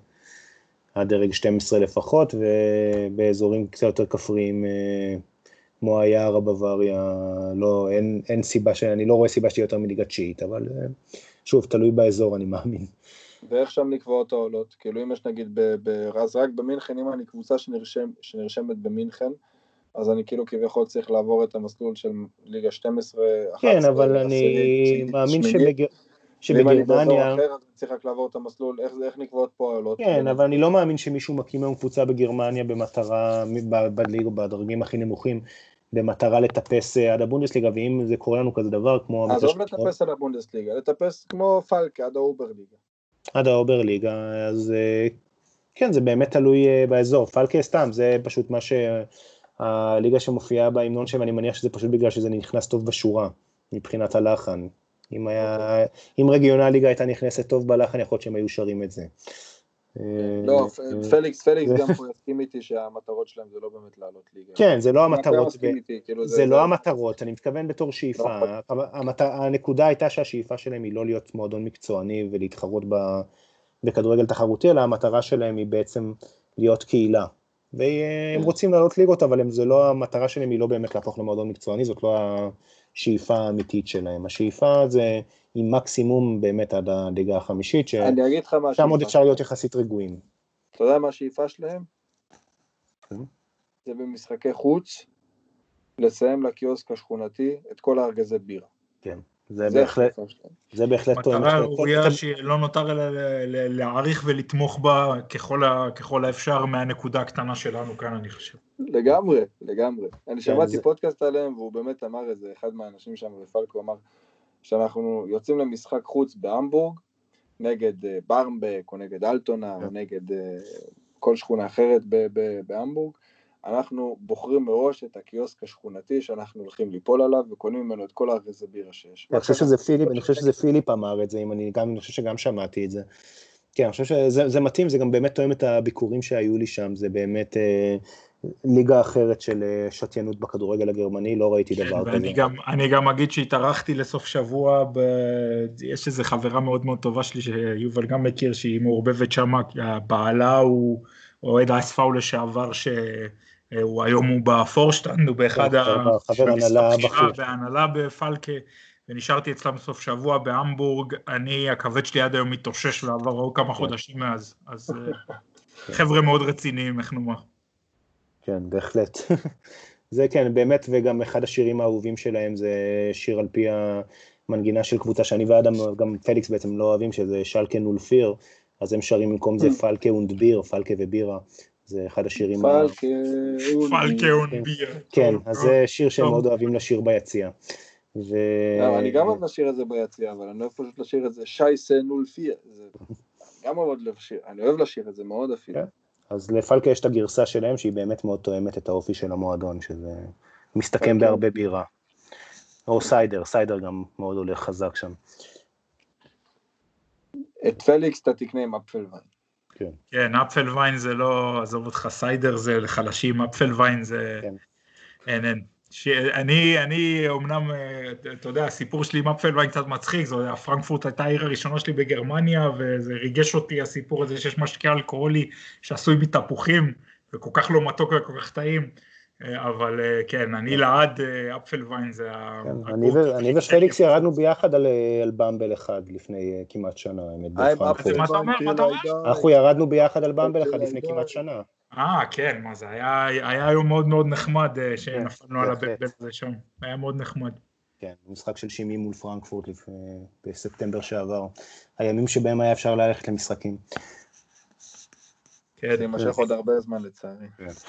והדרג שתים עשרה לפחות, ובאזורים קצת יותר כפריים, כמו היער הבווריה, לא, אין, אין סיבה, שאני לא רואה סיבה שתהיה יותר מליגה תשיעית, אבל שוב, תלוי באזור, אני מאמין. ואיך שם נקבעות העולות? כאילו אם יש נגיד, אז רק במינכן, אם אני קבוצה שנרשם, שנרשמת במינכן, אז אני כאילו כביכול צריך לעבור את המסלול של ליגה שתים עשרה, אחת עשרה, כן, אבל אני מאמין שבגרמניה... אם אני באזור אחר, אז צריך רק לעבור את המסלול, איך, איך נקבעות פה העולות? כן, אבל אני לא מאמין שמישהו מקים היום קבוצה בגרמניה במטרה, בליגה, בדרגים הכי נמוכים, במטרה לטפס עד הבונדסליגה, ואם זה קורה לנו כזה דבר, כמו... אז לא לטפס על הבונדסליגה, לטפס כמו פלקה, עד האוברליגה. עד האוברליגה, אז כן, זה באמת תלוי באזור. פלקה סתם, זה פשוט מה שהליגה שמופיעה בהמנון שם, אני מניח שזה פשוט בגלל שזה נכנס טוב בשורה, מבחינת הלחן. אם היה, אם רגיונל ליגה הייתה נכנסת טוב בלחן, יכול להיות שהם היו שרים את זה. לא, פליקס, פליקס גם פה יסכים איתי שהמטרות שלהם זה לא באמת לעלות ליגה. כן, זה לא המטרות, זה לא המטרות, אני מתכוון בתור שאיפה, הנקודה הייתה שהשאיפה שלהם היא לא להיות מועדון מקצועני ולהתחרות בכדורגל תחרותי, אלא המטרה שלהם היא בעצם להיות קהילה, והם רוצים לעלות ליגות, אבל זה לא, המטרה שלהם היא לא באמת להפוך למועדון מקצועני, זאת לא השאיפה האמיתית שלהם, השאיפה זה עם מקסימום באמת עד הליגה החמישית, ששם עוד אפשר להיות יחסית רגועים. אתה יודע מה השאיפה שלהם? זה במשחקי חוץ, לסיים לקיוסק השכונתי את כל הארגזי בירה. כן, זה בהחלט, זה בהחלט טוב. מטרה ראויה שלא נותר אלא להעריך ולתמוך בה ככל האפשר מהנקודה הקטנה שלנו כאן, אני חושב. לגמרי, לגמרי. אני שמעתי פודקאסט עליהם, והוא באמת אמר איזה, אחד מהאנשים שם בפלקו אמר, שאנחנו יוצאים למשחק חוץ בהמבורג, נגד ברמבק, או נגד אלטונה, או נגד כל שכונה אחרת בהמבורג, אנחנו בוחרים מראש את הקיוסק השכונתי, שאנחנו הולכים ליפול עליו, וקונים ממנו את כל הארגזי בירה שיש. אני חושב שזה פיליפ, אני חושב שזה פיליפ אמר את זה, אם אני גם, אני חושב שגם שמעתי את זה. כן, אני חושב שזה מתאים, זה גם באמת תואם את הביקורים שהיו לי שם, זה באמת ליגה אחרת של שתיינות בכדורגל הגרמני, לא ראיתי דבר כזה. ואני גם, אני גם אגיד שהתארחתי לסוף שבוע, ב... יש איזו חברה מאוד מאוד טובה שלי, שיובל גם מכיר, שהיא מעורבבת שם, בעלה הוא אוהד האס פי לשעבר, שהוא היום הוא בפורשטנד, הוא באחד בהנהלה בפלקה, ונשארתי אצלם בסוף שבוע בהמבורג, אני, הכבד שלי עד היום מתאושש, ועברו כמה חודשים מאז, אז חבר'ה מאוד רציניים, איך נאמר. כן, בהחלט. זה כן, באמת, וגם אחד השירים האהובים שלהם זה שיר על פי מנגינה של קבוצה שאני ואדם, גם פליקס בעצם לא אוהבים, שזה שלקה נולפיר, אז הם שרים במקום זה פלקה ונדביר, פלקה ובירה, זה אחד השירים... פלקה ונביר. כן, אז זה שיר שהם מאוד אוהבים לשיר ביציאה. אני גם אוהב לשיר את זה ביציאה, אבל אני אוהב פשוט לשיר את זה שייסה נולפיר, גם אוהב לשיר, אני אוהב לשיר את זה מאוד אפילו. אז לפלקה יש את הגרסה שלהם, שהיא באמת מאוד תואמת את האופי של המועדון, שזה מסתכם בהרבה בירה. או סיידר, סיידר גם מאוד הולך חזק שם. את פליקס אתה תקנה עם אפל ויין. כן. כן, אפל ויין זה לא, עזוב אותך, סיידר זה לחלשים, אפל ויין זה... כן. אין, אין. אני, אני, אמנם, אתה יודע, הסיפור שלי עם אפל ויין קצת מצחיק, זו, הפרנקפורט הייתה העיר הראשונה שלי בגרמניה, וזה ריגש אותי הסיפור הזה שיש משקה אלכוהולי שעשוי מתפוחים, וכל כך לא מתוק וכל כך טעים, אבל כן, אני לעד אפל ויין זה... אני ופליקס ירדנו ביחד על במבל אחד לפני כמעט שנה, האמת, בפרנקפורט. מה אתה אומר? מה אתה אומר? אנחנו ירדנו ביחד על במבל אחד לפני כמעט שנה. אה, כן, מה זה, היה, היה היום מאוד מאוד נחמד שנפלנו על הבית הזה שם, היה מאוד נחמד. כן, משחק של שימי מול פרנקפורט בספטמבר שעבר, הימים שבהם היה אפשר ללכת למשחקים. כן, זה יימשך עוד הרבה זמן לצערי.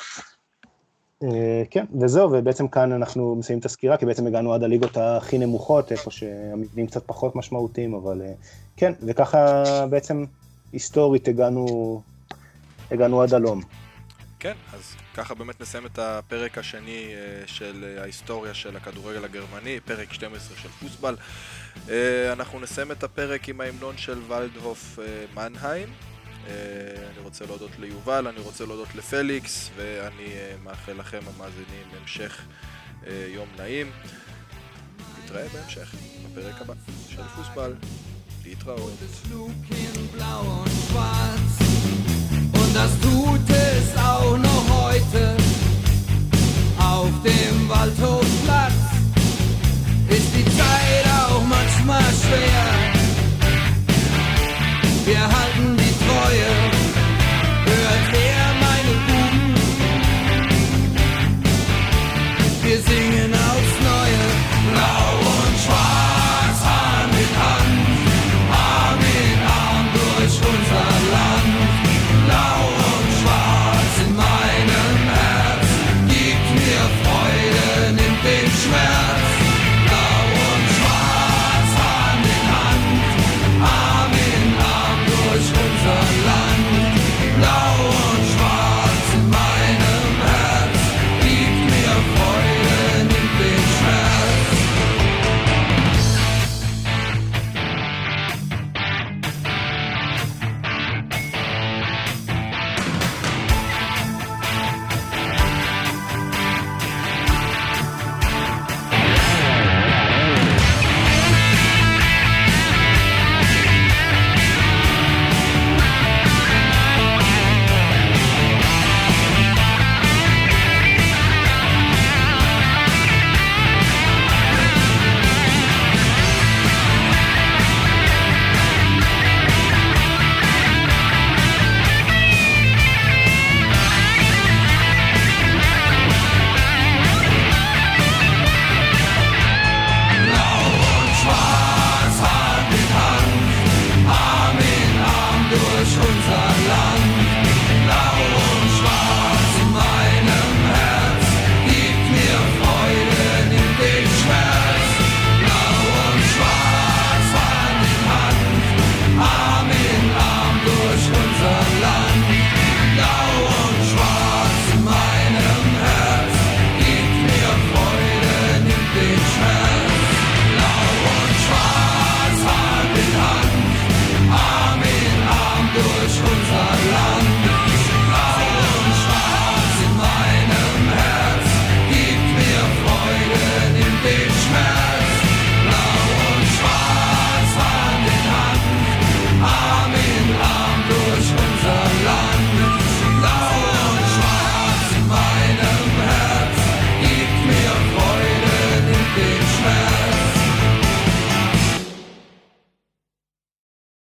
כן, וזהו, ובעצם כאן אנחנו מסיימים את הסקירה, כי בעצם הגענו עד הליגות הכי נמוכות, איפה שהמבנים קצת פחות משמעותיים, אבל כן, וככה בעצם היסטורית הגענו, הגענו עד הלום. כן, אז ככה באמת נסיים את הפרק השני של ההיסטוריה של הכדורגל הגרמני, פרק שתים עשרה של פוסבל. אנחנו נסיים את הפרק עם ההמנון של ולדהוף מנהיים. אני רוצה להודות ליובל, אני רוצה להודות לפליקס, ואני מאחל לכם המאזינים המשך יום נעים. נתראה בהמשך בפרק הבא של פוסבל. להתראות.